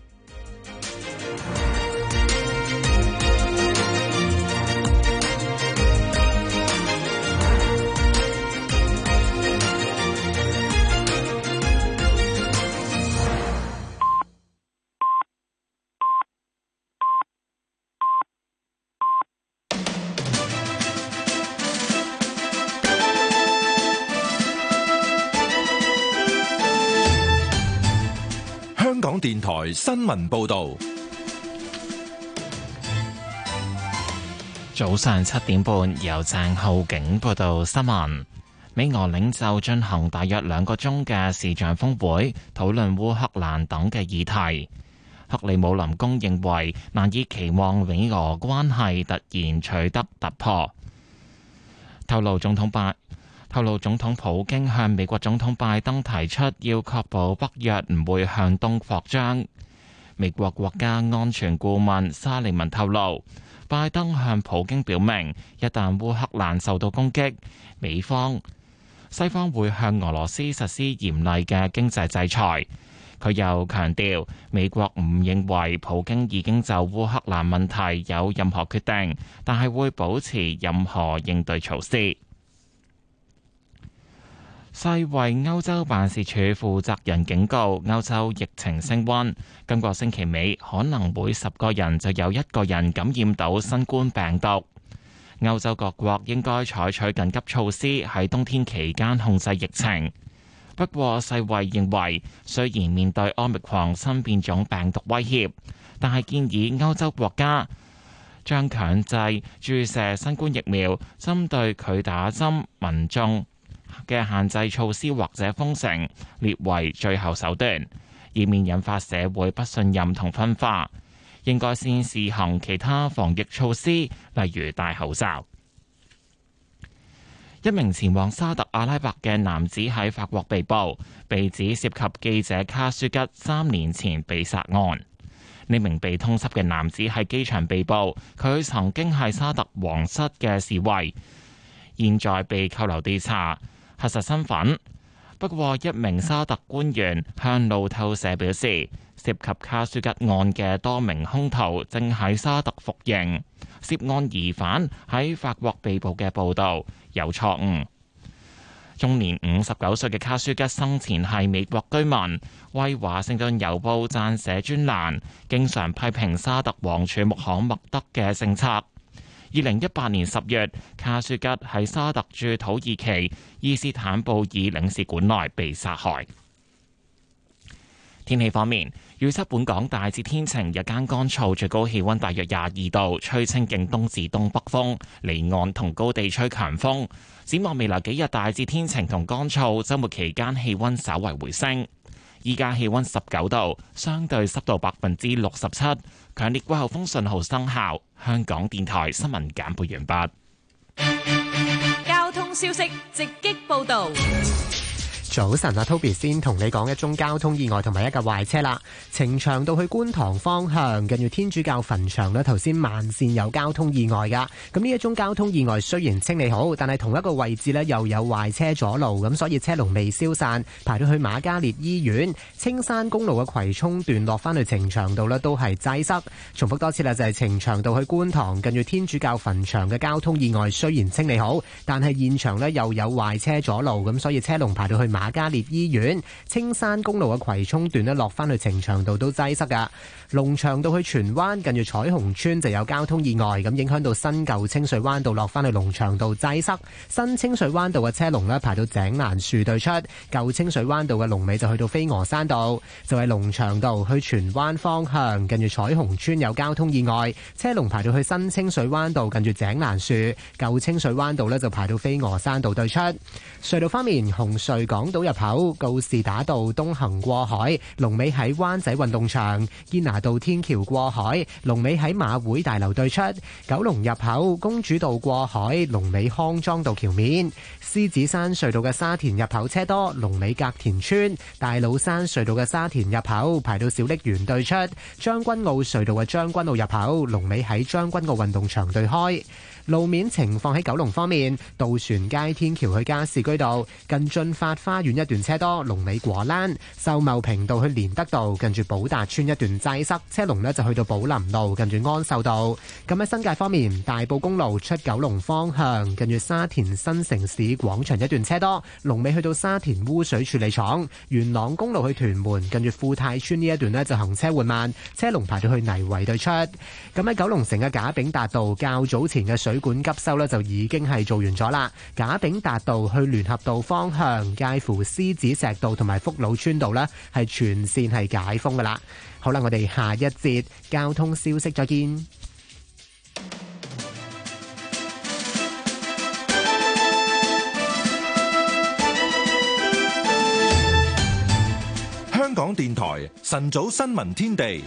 香港電台新聞報道， 早上7點半，由鄭浩景報道新聞。美俄領袖進行大約2個鐘嘅視像峰會，討論烏克蘭等嘅議題。克里姆林宮認為難以期望美俄關係突然取得突破。透露總統普京向美國總統拜登提出要確保北約唔會向東擴張。美國國家安全顧問沙利文透露，拜登向普京表明，一旦烏克蘭受到攻擊，西方會向俄羅斯實施嚴厲嘅經濟制裁。佢又強調，美國唔認為普京已經就烏克蘭問題有任何決定，但係會保持任何應對措施。世衛歐洲辦事處負責人警告，歐洲疫情升溫，今個星期尾可能每10個人就有1個人感染到新冠病毒。歐洲各國應該採取緊急措施，喺冬天期間控制疫情。不過世衛認為，雖然面對Omicron新變種病毒威脅，但係建議歐洲國家將強制注射新冠疫苗，針對拒打針民眾嘅限制措施或者封城列為最後手段，以免引發社會不信任同分化。應該先試行其他防疫措施，例如戴口罩。一名前往沙特阿拉伯嘅男子喺法國被捕，被指涉及記者卡舒吉3年前被殺案。呢名被通緝嘅男子喺機場被捕，佢曾經係沙特皇室嘅侍衛，現在被扣留調查核實身份。不過，一名沙特官員向路透社表示，涉及卡舒吉案嘅多名兇徒正喺沙特服刑，涉案疑犯喺法國被捕嘅報導有錯誤。終年59歲嘅卡舒吉生前係美國居民，為華盛頓郵報撰寫專欄，經常批評沙特王儲穆罕默德嘅政策。2018年10月，卡舒吉喺沙特駐土耳其伊斯坦布爾領事館內被殺害。天氣方面，預測本港大致天晴，日間乾燥，最高氣溫大約22度，吹清勁東至東北風，離岸同高地吹強風。展望未來幾日大致天晴同乾燥，週末期間氣溫稍為回升。依家氣溫19度，相對濕度67%，強烈季候風信號生效。香港電台新聞簡報完畢。 交通消息直擊報道。 早晨啊 ，Toby 先同你講一宗交通意外同埋一架壞車啦。呈祥道去觀塘方向，近住天主教墳場呢，頭先慢線有交通意外噶。咁呢一宗交通意外雖然清理好，但係同一個位置呢又有壞車阻路，咁所以車龍未消散，排到去瑪嘉烈醫院。青山公路嘅葵涌段落翻去呈祥道呢都係擠塞。重複多次啦，就係呈祥道去觀塘，近住天主教墳場嘅交通意外雖然清理好，但係現場呢又有壞車阻路，咁所以車龍排到去瑪嘉烈醫院。青山公路嘅葵涌段呢落翻去呈祥道都擠塞噶。龍翔道去荃灣，近住彩虹村就有交通意外，咁影響到新舊清水灣道落翻去龍翔道擠塞。新清水灣道嘅車龍呢排到井欄樹對出，舊清水灣道嘅龍尾就去到飛鵝山道。就係龍翔道去荃灣方向，近住彩虹村有交通意外，車龍排到去新清水灣道，近住井欄樹。舊清水灣道呢就排到飛鵝山道對出。隧道方面，紅隧港島入口告士打道東行過海，龍尾喺灣仔運動場；堅拿道天橋過海，龍尾喺馬會大樓對出；九龍入口公主道過海，龍尾康莊道橋面；獅子山隧道嘅沙田入口車多，龍尾隔田村；大老山隧道嘅沙田入口排到小瀝源對出；將軍澳隧道嘅將軍澳入口，龍尾喺將軍澳運動場對開。路面情況喺九龍方面，渡船街天橋去加士居道近駿發花園一段車多，龍尾果欄；秀茂坪道去連德道近住寶達邨一段擠塞，車龍呢就去到寶林路近住安秀道。咁喺新界方面，大埔公路出九龍方向近住沙田新城市廣場一段車多，龍尾去到沙田污水處理廠；元朗公路去屯門近住富泰邨呢一段呢就行車緩慢，車龍排到去泥圍對出。咁喺九龍城嘅賈炳達道較早前嘅水管急修呢就已經係做完咗啦。賈炳達道去聯合道方向，介乎獅子石道同埋福佬村道呢係全線係解封噶啦。好啦，我哋下一節交通消息再見。 香港電台晨早新聞天地。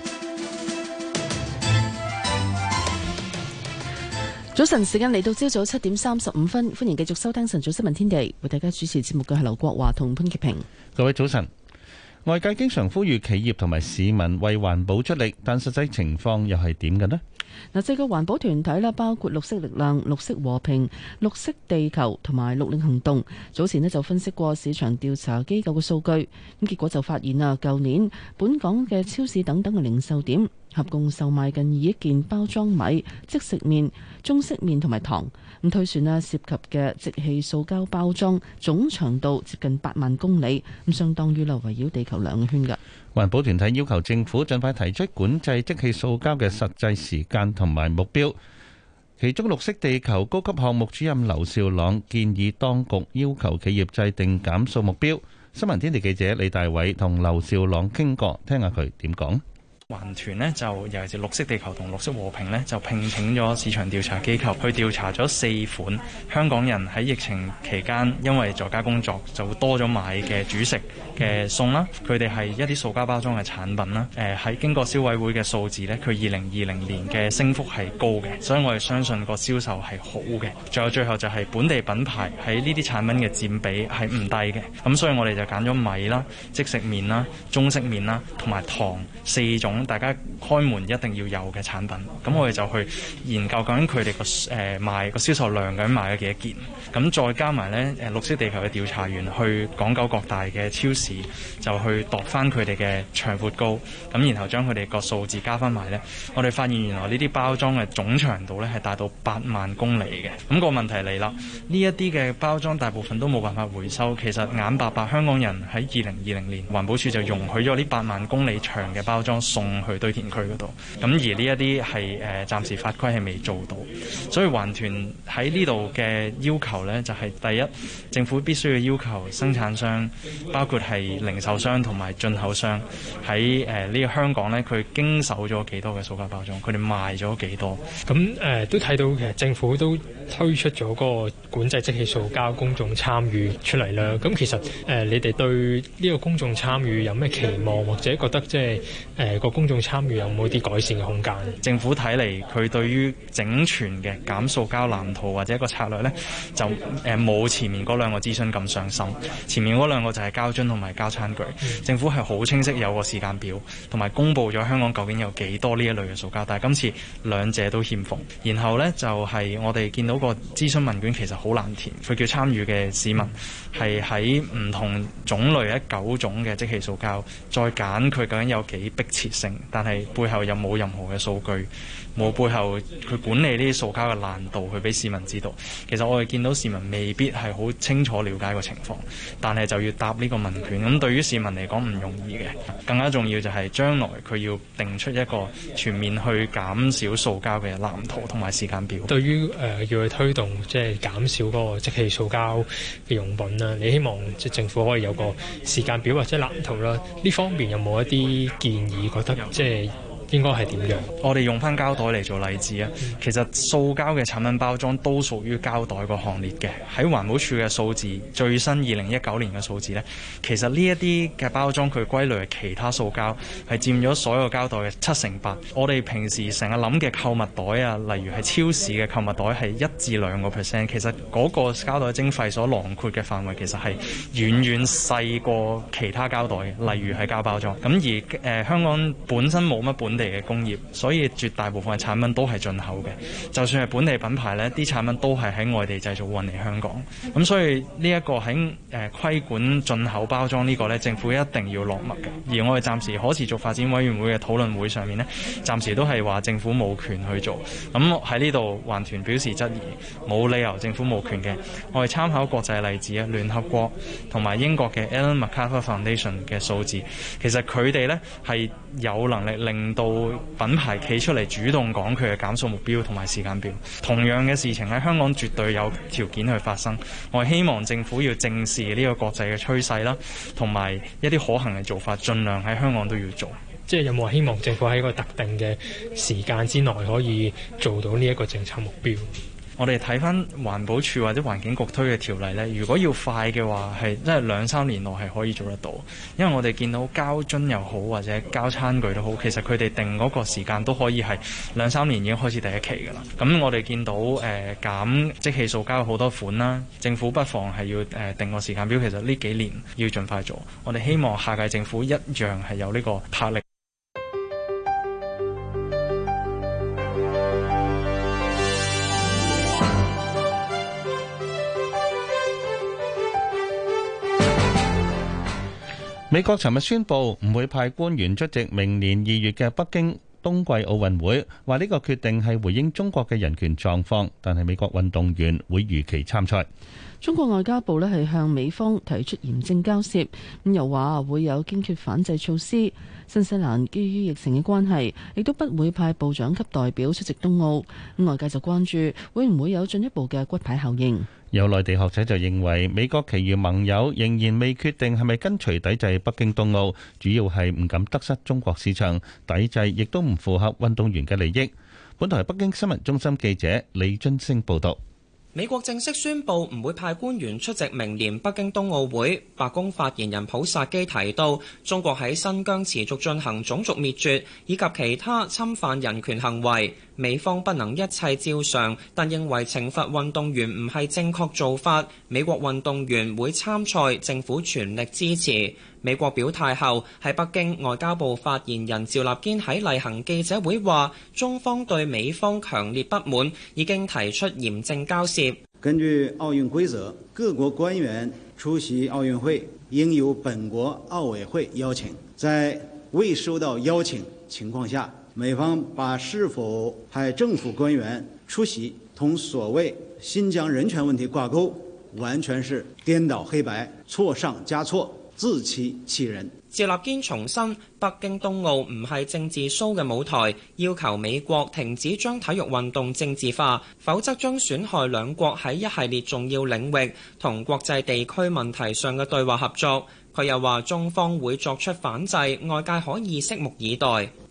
早晨時間嚟到朝早7:35，歡迎繼續收聽晨早新聞天地，為大家主持節目嘅係劉國華同潘潔平。 各位早晨。外界經常呼籲企業同埋市民為環保出力，但實際情況又係點嘅呢？ 嗱，四個環保團體啦，包括綠色力量、綠色和平、綠色地球同埋綠領行動，早前咧就分析過市場調查機構嘅數據，咁結果就發現啊，舊年本港嘅超市等等嘅零售點合共售賣近2億件包裝米、即食麵、中式麵同埋糖。咁推算啊，涉及嘅即棄塑膠包裝總長度接近8萬公里，咁相當於圍繞地球2個圈㗎。 環保團體要求政府盡快提出管制即棄塑膠嘅實際時間同埋目標。其中綠色地球高級項目主任劉兆朗建議當局要求企業制定減塑目標。新聞天地記者李大偉同劉兆朗傾過，聽下佢點講。 環團呢，就尤其是綠色地球同綠色和平呢，就聘請咗市場調查機構去調查咗4款香港人喺疫情期間因為在家工作就多咗買嘅主食嘅餸啦，佢哋係一啲塑膠包裝嘅產品啦。喺經過消委會嘅數字呢，佢2020年嘅升幅係高嘅，所以我哋相信個銷售係好嘅。仲有最後就係本地品牌喺呢啲產品嘅佔比係唔低嘅，咁所以我哋就揀咗米啦、即食麵啦、中式麵啦同埋糖4種大家開門一定要有嘅產品，咁我哋就去研究究竟佢哋個賣個銷售量究竟賣咗幾多件，咁再加埋呢綠色地球嘅調查員去港九各大嘅超市，就去度翻佢哋嘅長闊高，咁然後將佢哋個數字加翻埋呢，我哋發現原來呢啲包裝嘅總長度呢係達到8萬公里嘅。咁個問題嚟啦，呢一啲嘅包裝大部分都冇辦法回收，其實眼白白香港人喺2020年環保署就容許咗呢8萬公里長嘅包裝送去堆填區嗰度，咁而呢一啲係暫時法規係未做到，所以環團喺呢度嘅要求呢，就係第一，政府必須要要求生產商，包括係零售商同埋進口商喺呢個香港呢，佢經手咗幾多嘅塑膠包裝，佢哋賣咗幾多？ 咁都睇到其實政府都推出咗嗰個管制即棄塑膠公眾參與出嚟啦。咁其實你哋對呢個公眾參與有咩期望，或者覺得即係個公眾參與有冇啲改善嘅空間？ 政府睇嚟佢對於整全嘅減塑膠藍圖或者一個策略呢，就冇前面嗰兩個諮詢咁上心。前面嗰兩個就係膠樽同埋膠餐具，政府係好清晰有個時間表，同埋公佈咗香港究竟有幾多呢一類嘅塑膠。但係今次兩者都欠奉。然後呢，就係我哋見到個諮詢問卷其實好難填，佢叫參與嘅市民係喺唔同種類9種嘅即棄塑膠，再揀佢究竟有幾迫切性，但係背後又冇任何嘅數據，冇背後佢管理呢啲塑膠嘅難度去俾市民知道。其實我哋見到市民未必係好清楚了解個情況，但係就要答呢個問卷，咁對於市民嚟講唔容易嘅。更加重要就係將來佢要定出一個全面去減少塑膠嘅藍圖同埋時間表。 對於要去推動即係減少嗰個即棄塑膠嘅用品啦，你希望即係政府可以有個時間表或者藍圖啦？呢方面有冇一啲建議？覺得即係應該係點樣？我哋用翻膠袋嚟做例子啊，其實塑膠嘅產品包裝都屬於膠袋個行列嘅。喺環保署嘅數字，最新2019年嘅數字呢，其實呢一啲嘅包裝佢歸類係其他塑膠，係佔咗所有膠袋嘅7-8%。我哋平時成日諗嘅購物袋啊，例如係超市嘅購物袋係1至2%，其實嗰個膠袋徵費所囊括嘅範圍其實係遠遠細過其他膠袋嘅，例如係膠包裝。咁而香港本身冇乜本地嘅工業，所以絕大部分嘅產品都係進口嘅。就算係本地品牌呢，啲產品都係喺外地製造運嚟香港。咁所以呢一個喺規管進口包裝呢個呢，政府一定要落墨嘅。而我哋暫時可持續發展委員會嘅討論會上面呢，暫時都係話政府冇權去做。咁喺呢度環團表示質疑，冇理由政府冇權嘅。我哋參考國際例子啊，聯合國同埋英國嘅 Ellen MacArthur Foundation 嘅數字，其實佢哋呢係有能力令到品牌企出嚟主動講佢嘅減塑目標同埋時間表。同樣嘅事情喺香港絕對有條件去發生。我希望政府要正視呢個國際嘅趨勢啦，同埋一啲可行嘅做法，盡量喺香港都要做。即係有冇希望政府喺一個特定嘅時間之內可以做到呢一個政策目標？ 我哋睇翻環保署或者環境局推嘅條例呢，如果要快嘅話，係真係2-3年內係可以做得到。因為我哋見到膠樽又好或者膠餐具都好，其實佢哋定嗰個時間都可以係2-3年已經開始第一期㗎啦。咁我哋見到減即棄塑膠好多款啦，政府不妨係要定個時間表，其實呢幾年要盡快做。我哋希望下屆政府一樣係有呢個魄力。 美國尋日宣布唔會派官員出席明年2月嘅北京冬季奧運會，話呢個決定係回應中國嘅人權狀況，但係美國運動員會如期參賽。 中國外交部呢係向美方提出嚴正交涉，咁又話會有堅決反制措施。新西蘭基於疫情嘅關係，亦都不會派部長級代表出席冬奧。咁外界就關注會唔會有進一步嘅骨牌效應。 有內地學者就認為，美國其餘盟友仍然未決定係咪跟隨抵制北京冬奧，主要係唔敢得失中國市場，抵制亦都唔符合運動員嘅利益。本台北京新聞中心記者李津星報道。 美國正式宣布唔會派官員出席明年北京冬奧會。白宮發言人普薩基提到，中國喺新疆持續進行種族滅絕以及其他侵犯人權行為，美方不能一切照常，但認為懲罰運動員唔係正確做法。美國運動員會參賽，政府全力支持。美國表態後，喺北京外交部發言人趙立堅喺例行記者會話，中方對美方強烈不滿，已經提出嚴正交涉。 根據奧運規則，各國官員出席奧運會應由本國奧委會邀請，在未收到邀請情況下，美方把是否派政府官員出席同所謂新疆人權問題掛鈎，完全是顛倒黑白、錯上加錯，自欺欺人。 趙立堅重申，北京冬奧唔係政治 show 嘅舞台，要求美國停止將體育運動政治化，否則將損害兩國喺一系列重要領域同國際地區問題上嘅對話合作。佢又話中方會作出反制，外界可以拭目以待。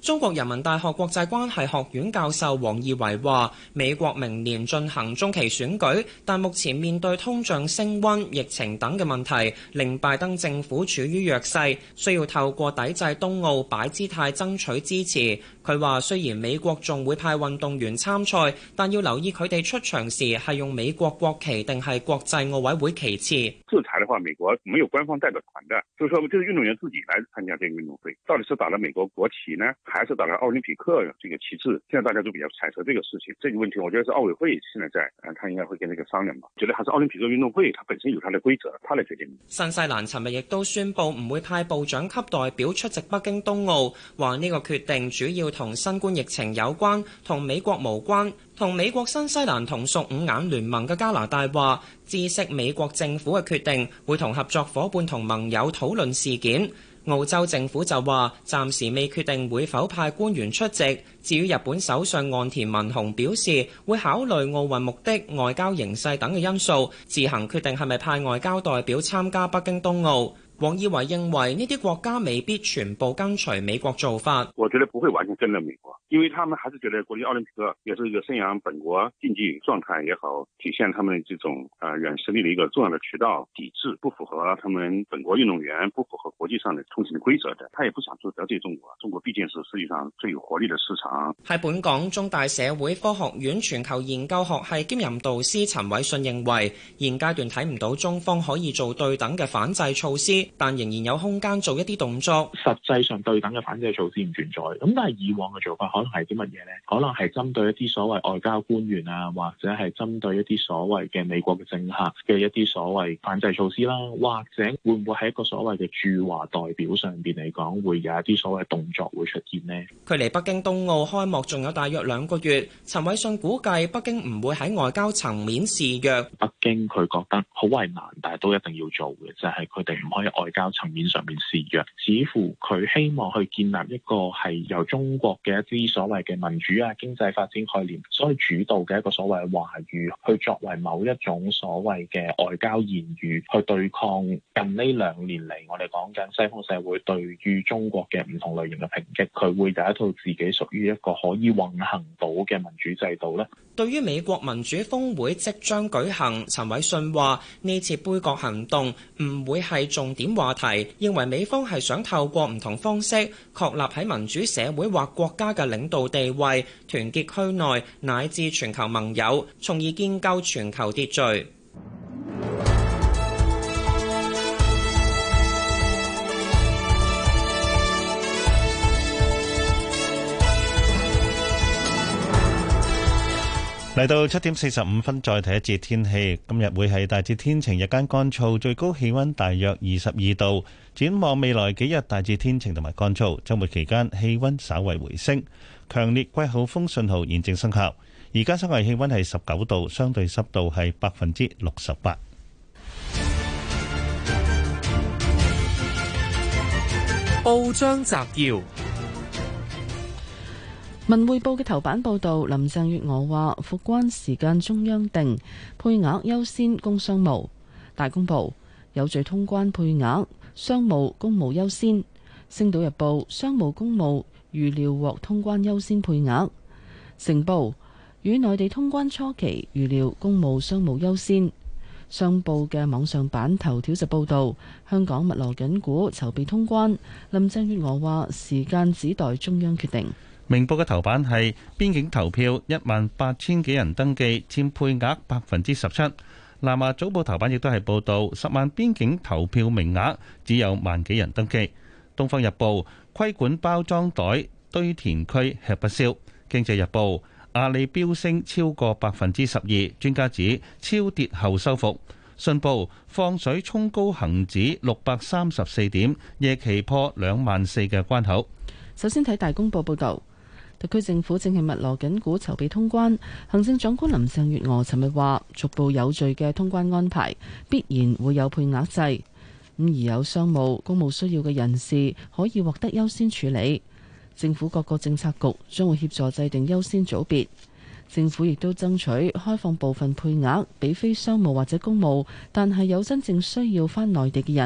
中國人民大學國際關係學院教授王義維話：美國明年進行中期選舉，但目前面對通脹升溫、疫情等嘅問題，令拜登政府處於弱勢，需要透過抵制冬奧擺姿態爭取支持。佢話：雖然美國仲會派運動員參賽，但要留意佢哋出場時係用美國國旗定係國際奧委會旗幟。 制裁的話，美國沒有官方代表團的，所以說這是運動員自己來參加這個運動會，到底是打了美國國旗呢，還是打了奧林匹克這個旗幟？現在大家都比較猜測這個事情。這個問題，我覺得是奧委會現在他應該會跟這個商量吧。覺得還是奧林匹克運動會，它本身有它的規則，它來決定。 新西蘭尋日亦都宣布唔會派部長級代表出席北京冬奧，話呢個決定主要同新冠疫情有關，同美國無關。同美國新西蘭同屬五眼聯盟嘅加拿大話，知悉美國政府嘅決定，會同合作伙伴同盟友討論事件。澳洲政府就話，暫時未決定會否派官員出席。至於日本首相岸田文雄表示，會考慮奧運目的、外交形勢等嘅因素，自行決定係咪派外交代表參加北京冬奧。王義維認為呢啲國家未必全部跟隨美國做法。 我覺得不會完全跟着美國，因為他們還是覺得國際奧林匹克也是一個宣揚本國競技狀態也好，體現他們這種軟實力的一個重要的渠道，抵制不符合他們本國運動員，不符合國際上的通行的規則的，他也不想做得罪中國。中國畢竟是世界上最有活力的市場。 喺本港，中大社會科學院全球研究學系兼任導師陳偉信認為，現階段睇唔到中方可以做對等嘅反制措施，但仍然有空間做一啲動作。 實際上對等嘅反制措施唔存在，咁但係以往嘅做法可能係啲乜嘢呢？可能係針對一啲所謂外交官員啊，或者係針對一啲所謂嘅美國嘅政客嘅一啲所謂反制措施啦，或者會唔會喺一個所謂嘅駐華代表上邊嚟講，會有一啲所謂動作會出現呢？ 距離北京冬奧開幕仲有大約2個月，陳偉信估計北京唔會喺外交層面示弱。 北京佢覺得好為難，但係都一定要做嘅，就係佢哋唔可以外交層面上面示弱，似乎佢希望去建立一個係由中國嘅一啲所謂嘅民主啊、經濟發展概念所以主導嘅一個所謂話語，去作為某一種所謂嘅外交言語，去對抗近呢2年嚟我哋講緊西方社會對於中國嘅唔同類型嘅抨擊，佢會有一套自己屬於一個可以運行到嘅民主制度咧。 對於美國民主峰會即將舉行，陳偉信話呢次杯葛行動唔會係重點話題，認為美方係想透過唔同方式確立喺民主社會或國家嘅領導地位，團結區內乃至全球盟友，從而建構全球秩序。 嚟到7點45分，再睇一節天氣。今日會係大致天晴，日間乾燥，最高氣溫大約22度。展望未來幾日，大致天晴同埋乾燥。週末期間氣溫稍為回升，強烈季候風信號現正生效。而家室外氣溫係19度，相對濕度係68%。 報章摘要。 文匯報嘅頭版報導，林鄭月娥話復關時間中央定，配額優先供商務。大公報有序通關配額，商務公務優先。星島日報商務公務預料獲通關優先配額。成報與內地通關初期預料公務商務優先。商報嘅網上版頭條就報導，香港密鑼緊鼓籌備通關，林鄭月娥話時間只待中央決定。 明報嘅頭版係邊境投票18000幾人登記，佔配額17%。南華早報頭版亦都係報導10萬邊境投票名額，只有萬幾人登記。東方日報規管包裝袋堆填區吃不消。經濟日報阿里飆升超過12%，專家指超跌後收復。信報放水衝高恒指634點，夜期破24000嘅關口。 首先睇大公報報導。特區政府正係密鑼緊鼓籌備通關，行政長官林鄭月娥尋日話，逐步有序嘅通關安排必然會有配額制，咁而有商務、公務需要嘅人士可以獲得優先處理。政府各個政策局將會協助制定優先組別，政府亦都爭取開放部分配額俾非商務或者公務，但係有真正需要返內地嘅人。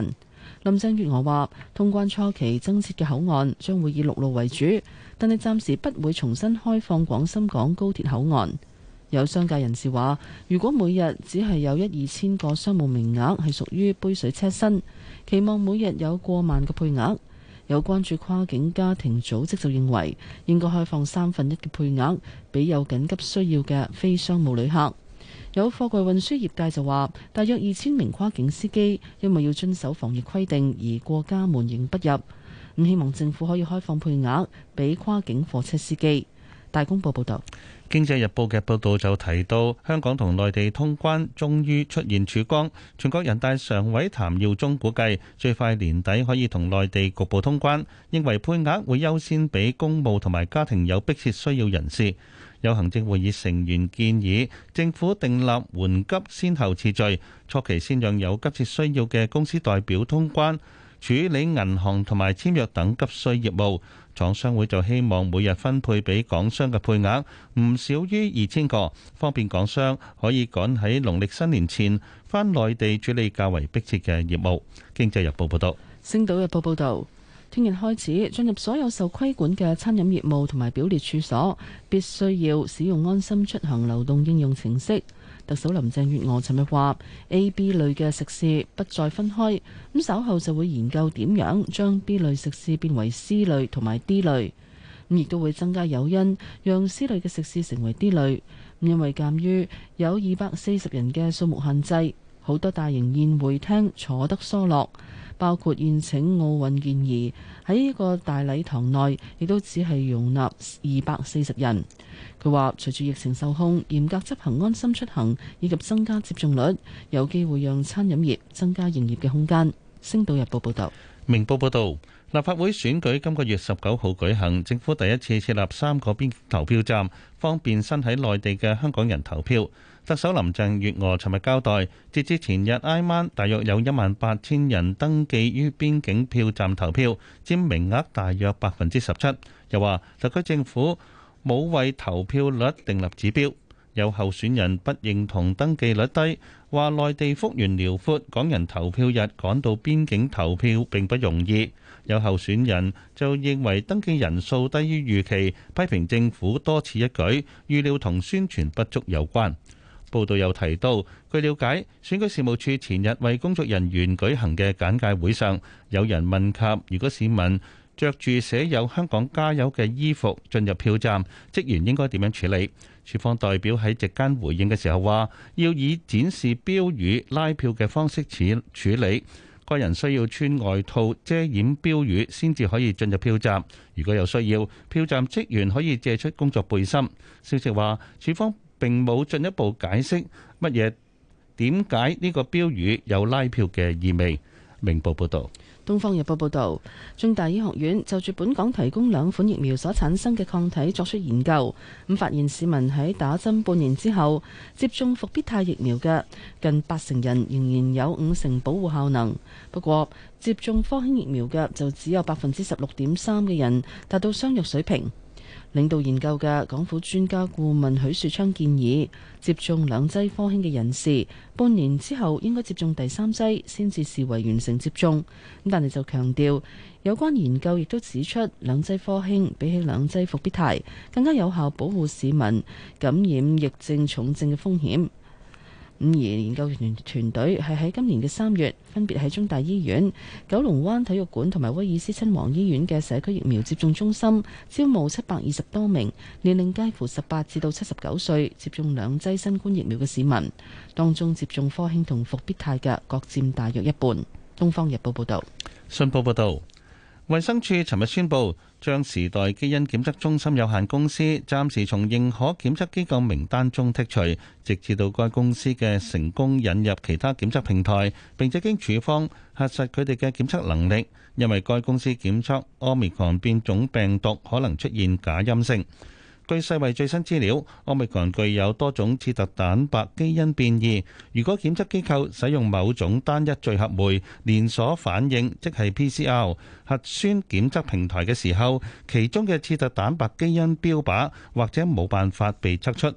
林鄭月娥話：通關初期增設嘅口岸將會以陸路為主，但係暫時不會重新開放廣深港高鐵口岸。有商界人士話：如果每日只係有1-2千個商務名額，係屬於杯水車薪，期望每日有過萬個配額。有關注跨境家庭組織就認為應該開放1/3嘅配額俾有緊急需要嘅非商務旅客。有貨櫃運輸業界就話，大約2000名跨境司機因為要遵守防疫規定而過家門仍不入，咁希望政府可以開放配額俾跨境貨車司機。大公報報道。 《經濟日報》嘅報導就提到，香港同內地通關終於出現曙光。全國人大常委譚耀宗估計，最快年底可以同內地局部通關，認為配額會優先俾公務同埋家庭有迫切需要人士。有行政會議成員建議，政府訂立緩急先後次序，初期先讓有急切需要嘅公司代表通關，處理銀行同埋簽約等急需業務。廠商會就希望每日分配俾港商嘅配額唔少於2000個，方便港商可以趕喺農曆新年前返內地處理較為迫切嘅業務。經濟日報報道。 星島日報報道，聽日開始進入所有受規管嘅餐飲業務同埋表列處所，必須要使用安心出行流動應用程式。特首林鄭月娥尋日話 A、B 類嘅食肆不再分開，咁稍後就會研究點樣將 B 類食肆變為 C 類同埋 D 類，咁亦都會增加誘因，讓 C 類嘅食肆成為 D 類。因為鑑於有240人嘅數目限制，好多大型宴會廳坐得疏落，包括宴請奧運健兒喺呢個大禮堂內，亦都只係容納240人。佢話：隨住疫情受控，嚴格執行安心出行以及增加接種率，有機會讓餐飲業增加營業嘅空間。星島日報報道。 明報報道，立法會選舉今個月19號舉行，政府第一次設立3個邊境投票站，方便身喺內地嘅香港人投票。特首林鄭月娥尋日交代，截至前日挨晚，大約有18000人登記於邊境票站投票，佔名額大約17%。又話特區政府冇為投票率訂立指標，有候選人不認同登記率低，話內地幅員遼闊，港人投票日趕到邊境投票並不容易。有候選人就認為登記人數低於預期，批評政府多此一舉，預料同宣傳不足有關。報道又提到，據了解，選舉事務處前日為工作人員舉行嘅簡介會上，有人問及如果市民着住寫有香港加油嘅衣服進入票站，職員應該點樣處理？處方代表喺席間回應嘅時候話，要以展示標語拉票嘅方式處理，個人需要穿外套遮掩標語先至可以進入票站。如果有需要，票站職員可以借出工作背心。消息話，處方並冇進一步解釋點解呢個標語有拉票嘅意味。明報報道。 東方日報報導，中大醫學院就住本港提供2款疫苗所產生嘅抗體作出研究，咁發現市民喺打針半年之後接種復必泰疫苗嘅近80%人仍然有50%保護效能。不過接種科興疫苗嘅就只有16.3%嘅人達到相若水平。領導研究嘅港府專家顧問許樹昌建議，接種2劑科興嘅人士，半年之後應該接種第3劑，先至視為完成接種。但係就強調，有關研究亦都指出，2劑科興比起2劑復必泰更加有效保護市民感染疫症重症嘅風險。而研究團隊係喺今年嘅3月，分別喺中大醫院、九龍灣體育館同埋威爾斯親王醫院嘅社區疫苗接種中心招募720多名年齡介乎18至到79歲，接種2劑新冠疫苗嘅市民，當中接種科興同復必泰嘅各佔大約一半。《東方日報》報道。 信報報導。衛生署尋日宣布，將時代基因檢測中心有限公司暫時從認可檢測機構名單中剔除，直至到該公司嘅成功引入其他檢測平台，並且經署方核實佢哋嘅檢測能力，因為該公司檢測 Omicron 變種病毒可能出現假陰性。據世衛最新資料，Omicron具有多種刺突蛋白基因變異。如果檢測機構使用某種單一聚合酶連鎖反應，即係 PCR 核酸檢測平台嘅時候，其中嘅刺突蛋白基因標靶或者冇辦法被測出。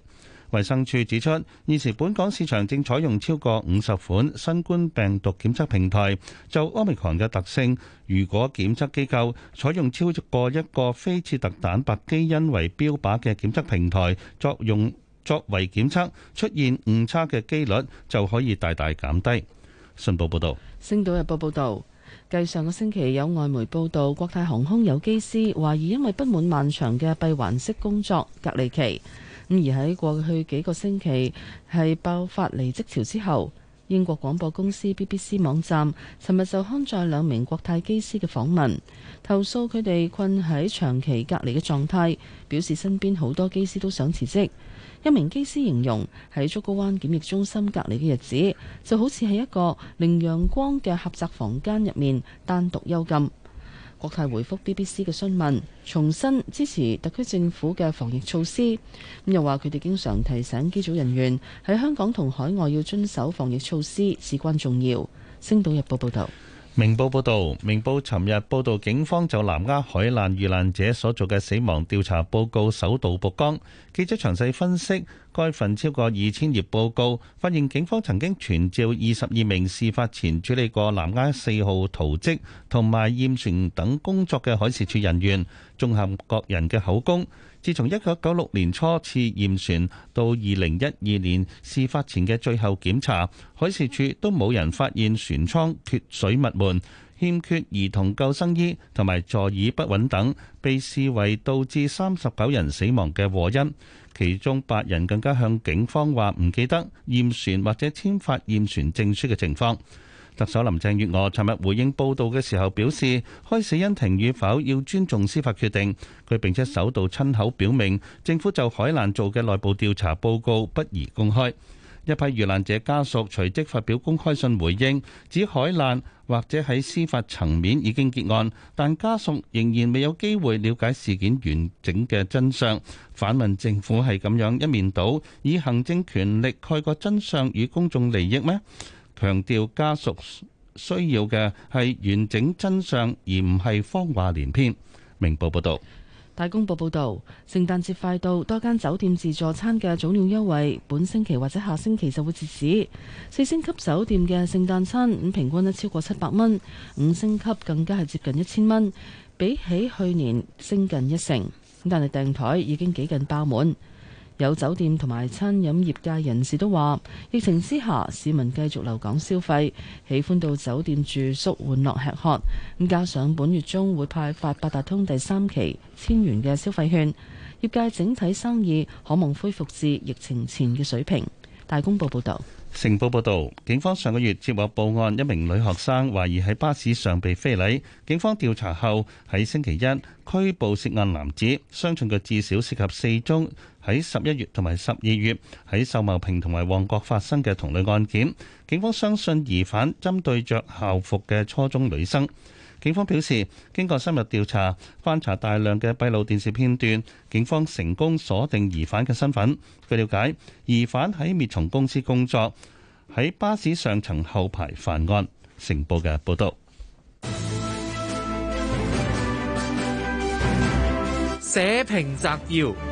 衛生署指出，現時本港市場正採用超過50款新冠病毒檢測平台。就 Omicron 嘅特性，如果檢測機構採用超過一個非刺突蛋白基因為標靶嘅檢測平台作為檢測，出現誤差嘅機率就可以大大減低。信報報導， 星島日報報導。繼上個星期有外媒報道，國泰航空有機師懷疑因為不滿漫長嘅閉環式工作隔離期，而喺過去幾個星期係爆發離職潮之後，英國廣播公司 BBC 網站尋日就刊載2名國泰機師嘅訪問，投訴佢哋困喺長期隔離嘅狀態，表示身邊好多機師都想辭職。一名機師形容喺竹篙灣檢疫中心隔離嘅日子，就好似喺一個零陽光嘅狹窄房間入面單獨幽禁。國泰回覆 BBC 嘅詢問，重申支持特區政府嘅防疫措施，又話佢哋經常提醒機組人員喺香港同海外要遵守防疫措施，至關重要。星島日報報道。 明報報導，明報尋日報導警方就南丫海難遇難者所做嘅死亡調查報告首度曝光。記者詳細分析該份超過2000頁報告，發現警方曾經傳召22名事發前處理過南丫4號圖蹟同埋驗船等工作嘅海事處人員，綜合各人嘅口供。自從1996年初次驗船到2012年事發前嘅最後檢查，海事處都冇人發現船艙缺水密門、欠缺兒童救生衣同埋座椅不穩等，被視為導致39人死亡嘅禍因。其中8人更加向警方話唔記得驗船或者簽發驗船證書嘅情況。特首林鄭月娥尋日回應報道嘅時候表示，開死因庭與否要尊重司法決定。佢並且首度親口表明，政府就海難做嘅內部調查報告不宜公開。一批遇難者家屬隨即發表公開信回應，指海難或者喺司法層面已經結案，但家屬仍然未有機會了解事件完整嘅真相。反問政府係咁樣一面倒，以行政權力蓋過真相與公眾利益咩？強調家屬需要嘅係完整真相，而唔係謊話連篇。明報報道。 大公報報導，聖誕節快到，多間酒店自助餐嘅早鳥優惠，本星期或者下星期就會截止。4星級酒店嘅聖誕餐平均超過700蚊，5星級更加係接近1000蚊，比起去年升近1成。但係訂台已經幾近爆滿。有酒店同埋餐飲業界人士都話，疫情之下市民繼續留港消費，喜歡到酒店住宿玩樂吃喝。咁加上本月中會派發八達通第3期1000元嘅消費券，業界整體生意可望恢復至疫情前嘅水平。大公報報道。 成報報導，警方上個月接獲報案，一名女學生懷疑喺巴士上被非禮。警方調查後喺星期一拘捕涉案男子，相信佢至少涉及4宗喺11月同埋12月喺秀茂坪同埋旺角發生嘅同類案件。警方相信疑犯針對着校服嘅初中女生。警方表示，經過深入調查，翻查大量嘅閉路電視片段，警方成功鎖定疑犯嘅身份。據了解，疑犯喺滅蟲公司工作，喺巴士上層後排犯案。成報嘅報導。 社評摘要：《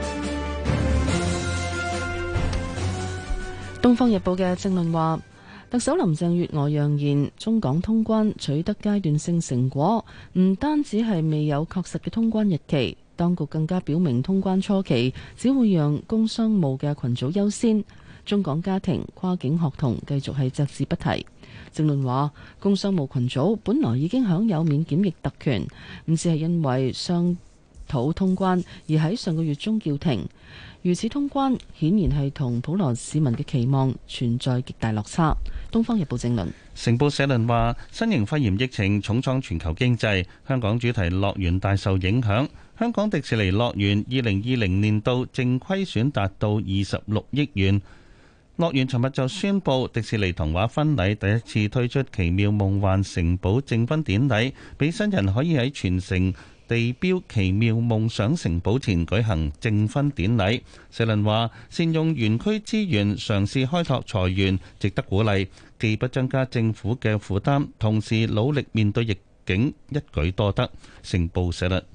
東方日報》嘅正論話，特首林鄭月娥揚言中港通關取得階段性成果，唔單止係未有確實嘅通關日期，當局更加表明通關初期只會讓工商務嘅群組優先，中港家庭、跨境學童繼續係隻字不提。正論話，工商務群組本來已經享有免檢疫特權，唔只係因為商討通關而喺上個月中叫停。如此通關顯然係同普羅市民嘅期望存在極大落差。《東方日報》正論。 成報社論話，新型肺炎疫情重創全球經濟，香港主題樂園大受影響。香港迪士尼樂園2020年度淨虧損達到26億元。樂園尋日就宣布，迪士尼童話婚禮第一次推出奇妙夢幻城堡證婚典禮，俾新人可以喺全城地標奇妙夢想城堡前舉行證婚典禮。社論話，善用園區資源，嘗試開拓財源，值得鼓勵，既不增加政府嘅負擔，同時努力面對逆境，一舉多得。成報社論。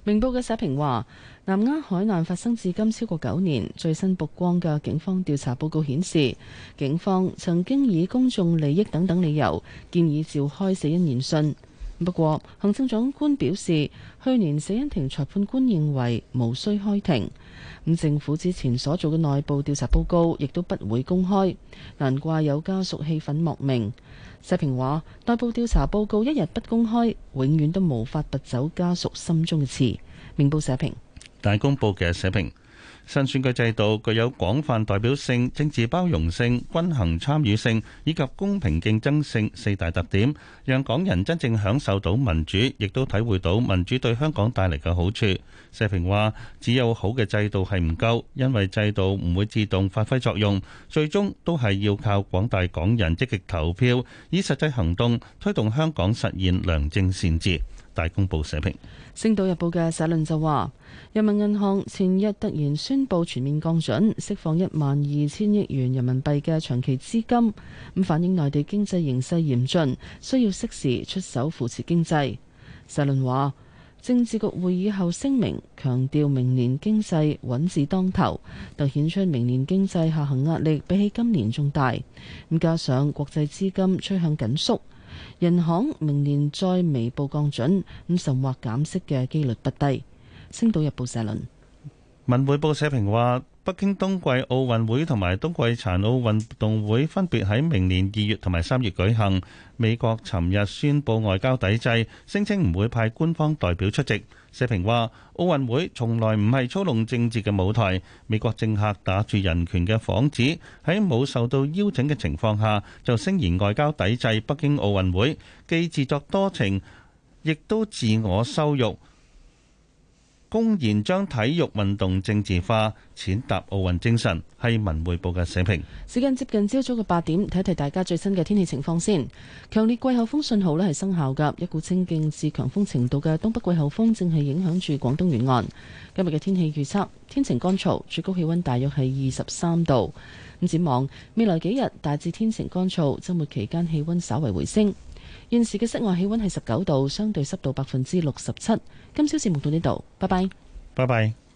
明報嘅社評話，南丫海難發生至今超過9年，最新曝光嘅警方調查報告顯示，警方曾經以公眾利益等等理由建議召開死因研訊。不過，行政長官表示，去年死因庭裁判官認為無需開庭。咁政府之前所做嘅內部調查報告亦都不會公開，難怪有家屬氣憤莫名。社評話，內部調查報告一日不公開，永遠都無法拔走家屬心中嘅刺。明報社評。 大公報嘅社評。新選舉制度具有廣泛代表性、政治包容性、均衡參與性以及公平競爭性4大特點，讓港人真正享受到民主，亦都體會到民主對香港帶嚟嘅好處。社評話，只有好嘅制度係唔夠，因為制度唔會自動發揮作用，最終都係要靠廣大港人積極投票，以實際行動推動香港實現良政善治。大公報社評。 星島日報嘅社論就話，人民銀行前日突然宣布全面降準，釋放12000億元人民幣嘅長期資金，咁反映內地經濟形勢嚴峻，需要適時出手扶持經濟。社論話，政治局會議後聲明強調明年經濟穩字當頭，突顯出明年經濟下行壓力比起今年仲大。咁加上國際資金趨向緊縮，人行明年再微步降準，咁甚或減息嘅機率不低。星島日報社論。 文匯報社評話，北京冬季奧運會同埋冬季殘奧運動會分別喺明年2月同埋3月舉行。美國尋日宣布外交抵制，聲稱唔會派官方代表出席。社評話，奧運會從來唔係操弄政治嘅舞台，美國政客打住人權嘅幌子，喺冇受到邀請嘅情況下就聲言外交抵制北京奧運會，既自作多情，亦都自我羞辱，公然將體育運動政治化，踐踏奧運精神，係文匯報嘅社評。 時間接近朝早嘅8點，睇睇大家最新嘅天氣情況先。強烈季候風信號咧係生效㗎，一股清勁至強風程度嘅東北季候風正係影響住廣東沿岸。今日嘅天氣預測，天晴乾燥，最高氣溫大約係23度。咁展望未來幾日大致天晴乾燥，週末期間氣溫稍為回升。現時嘅室外氣溫係19度，相對濕度67%。今朝節目到呢度，拜拜。 拜拜。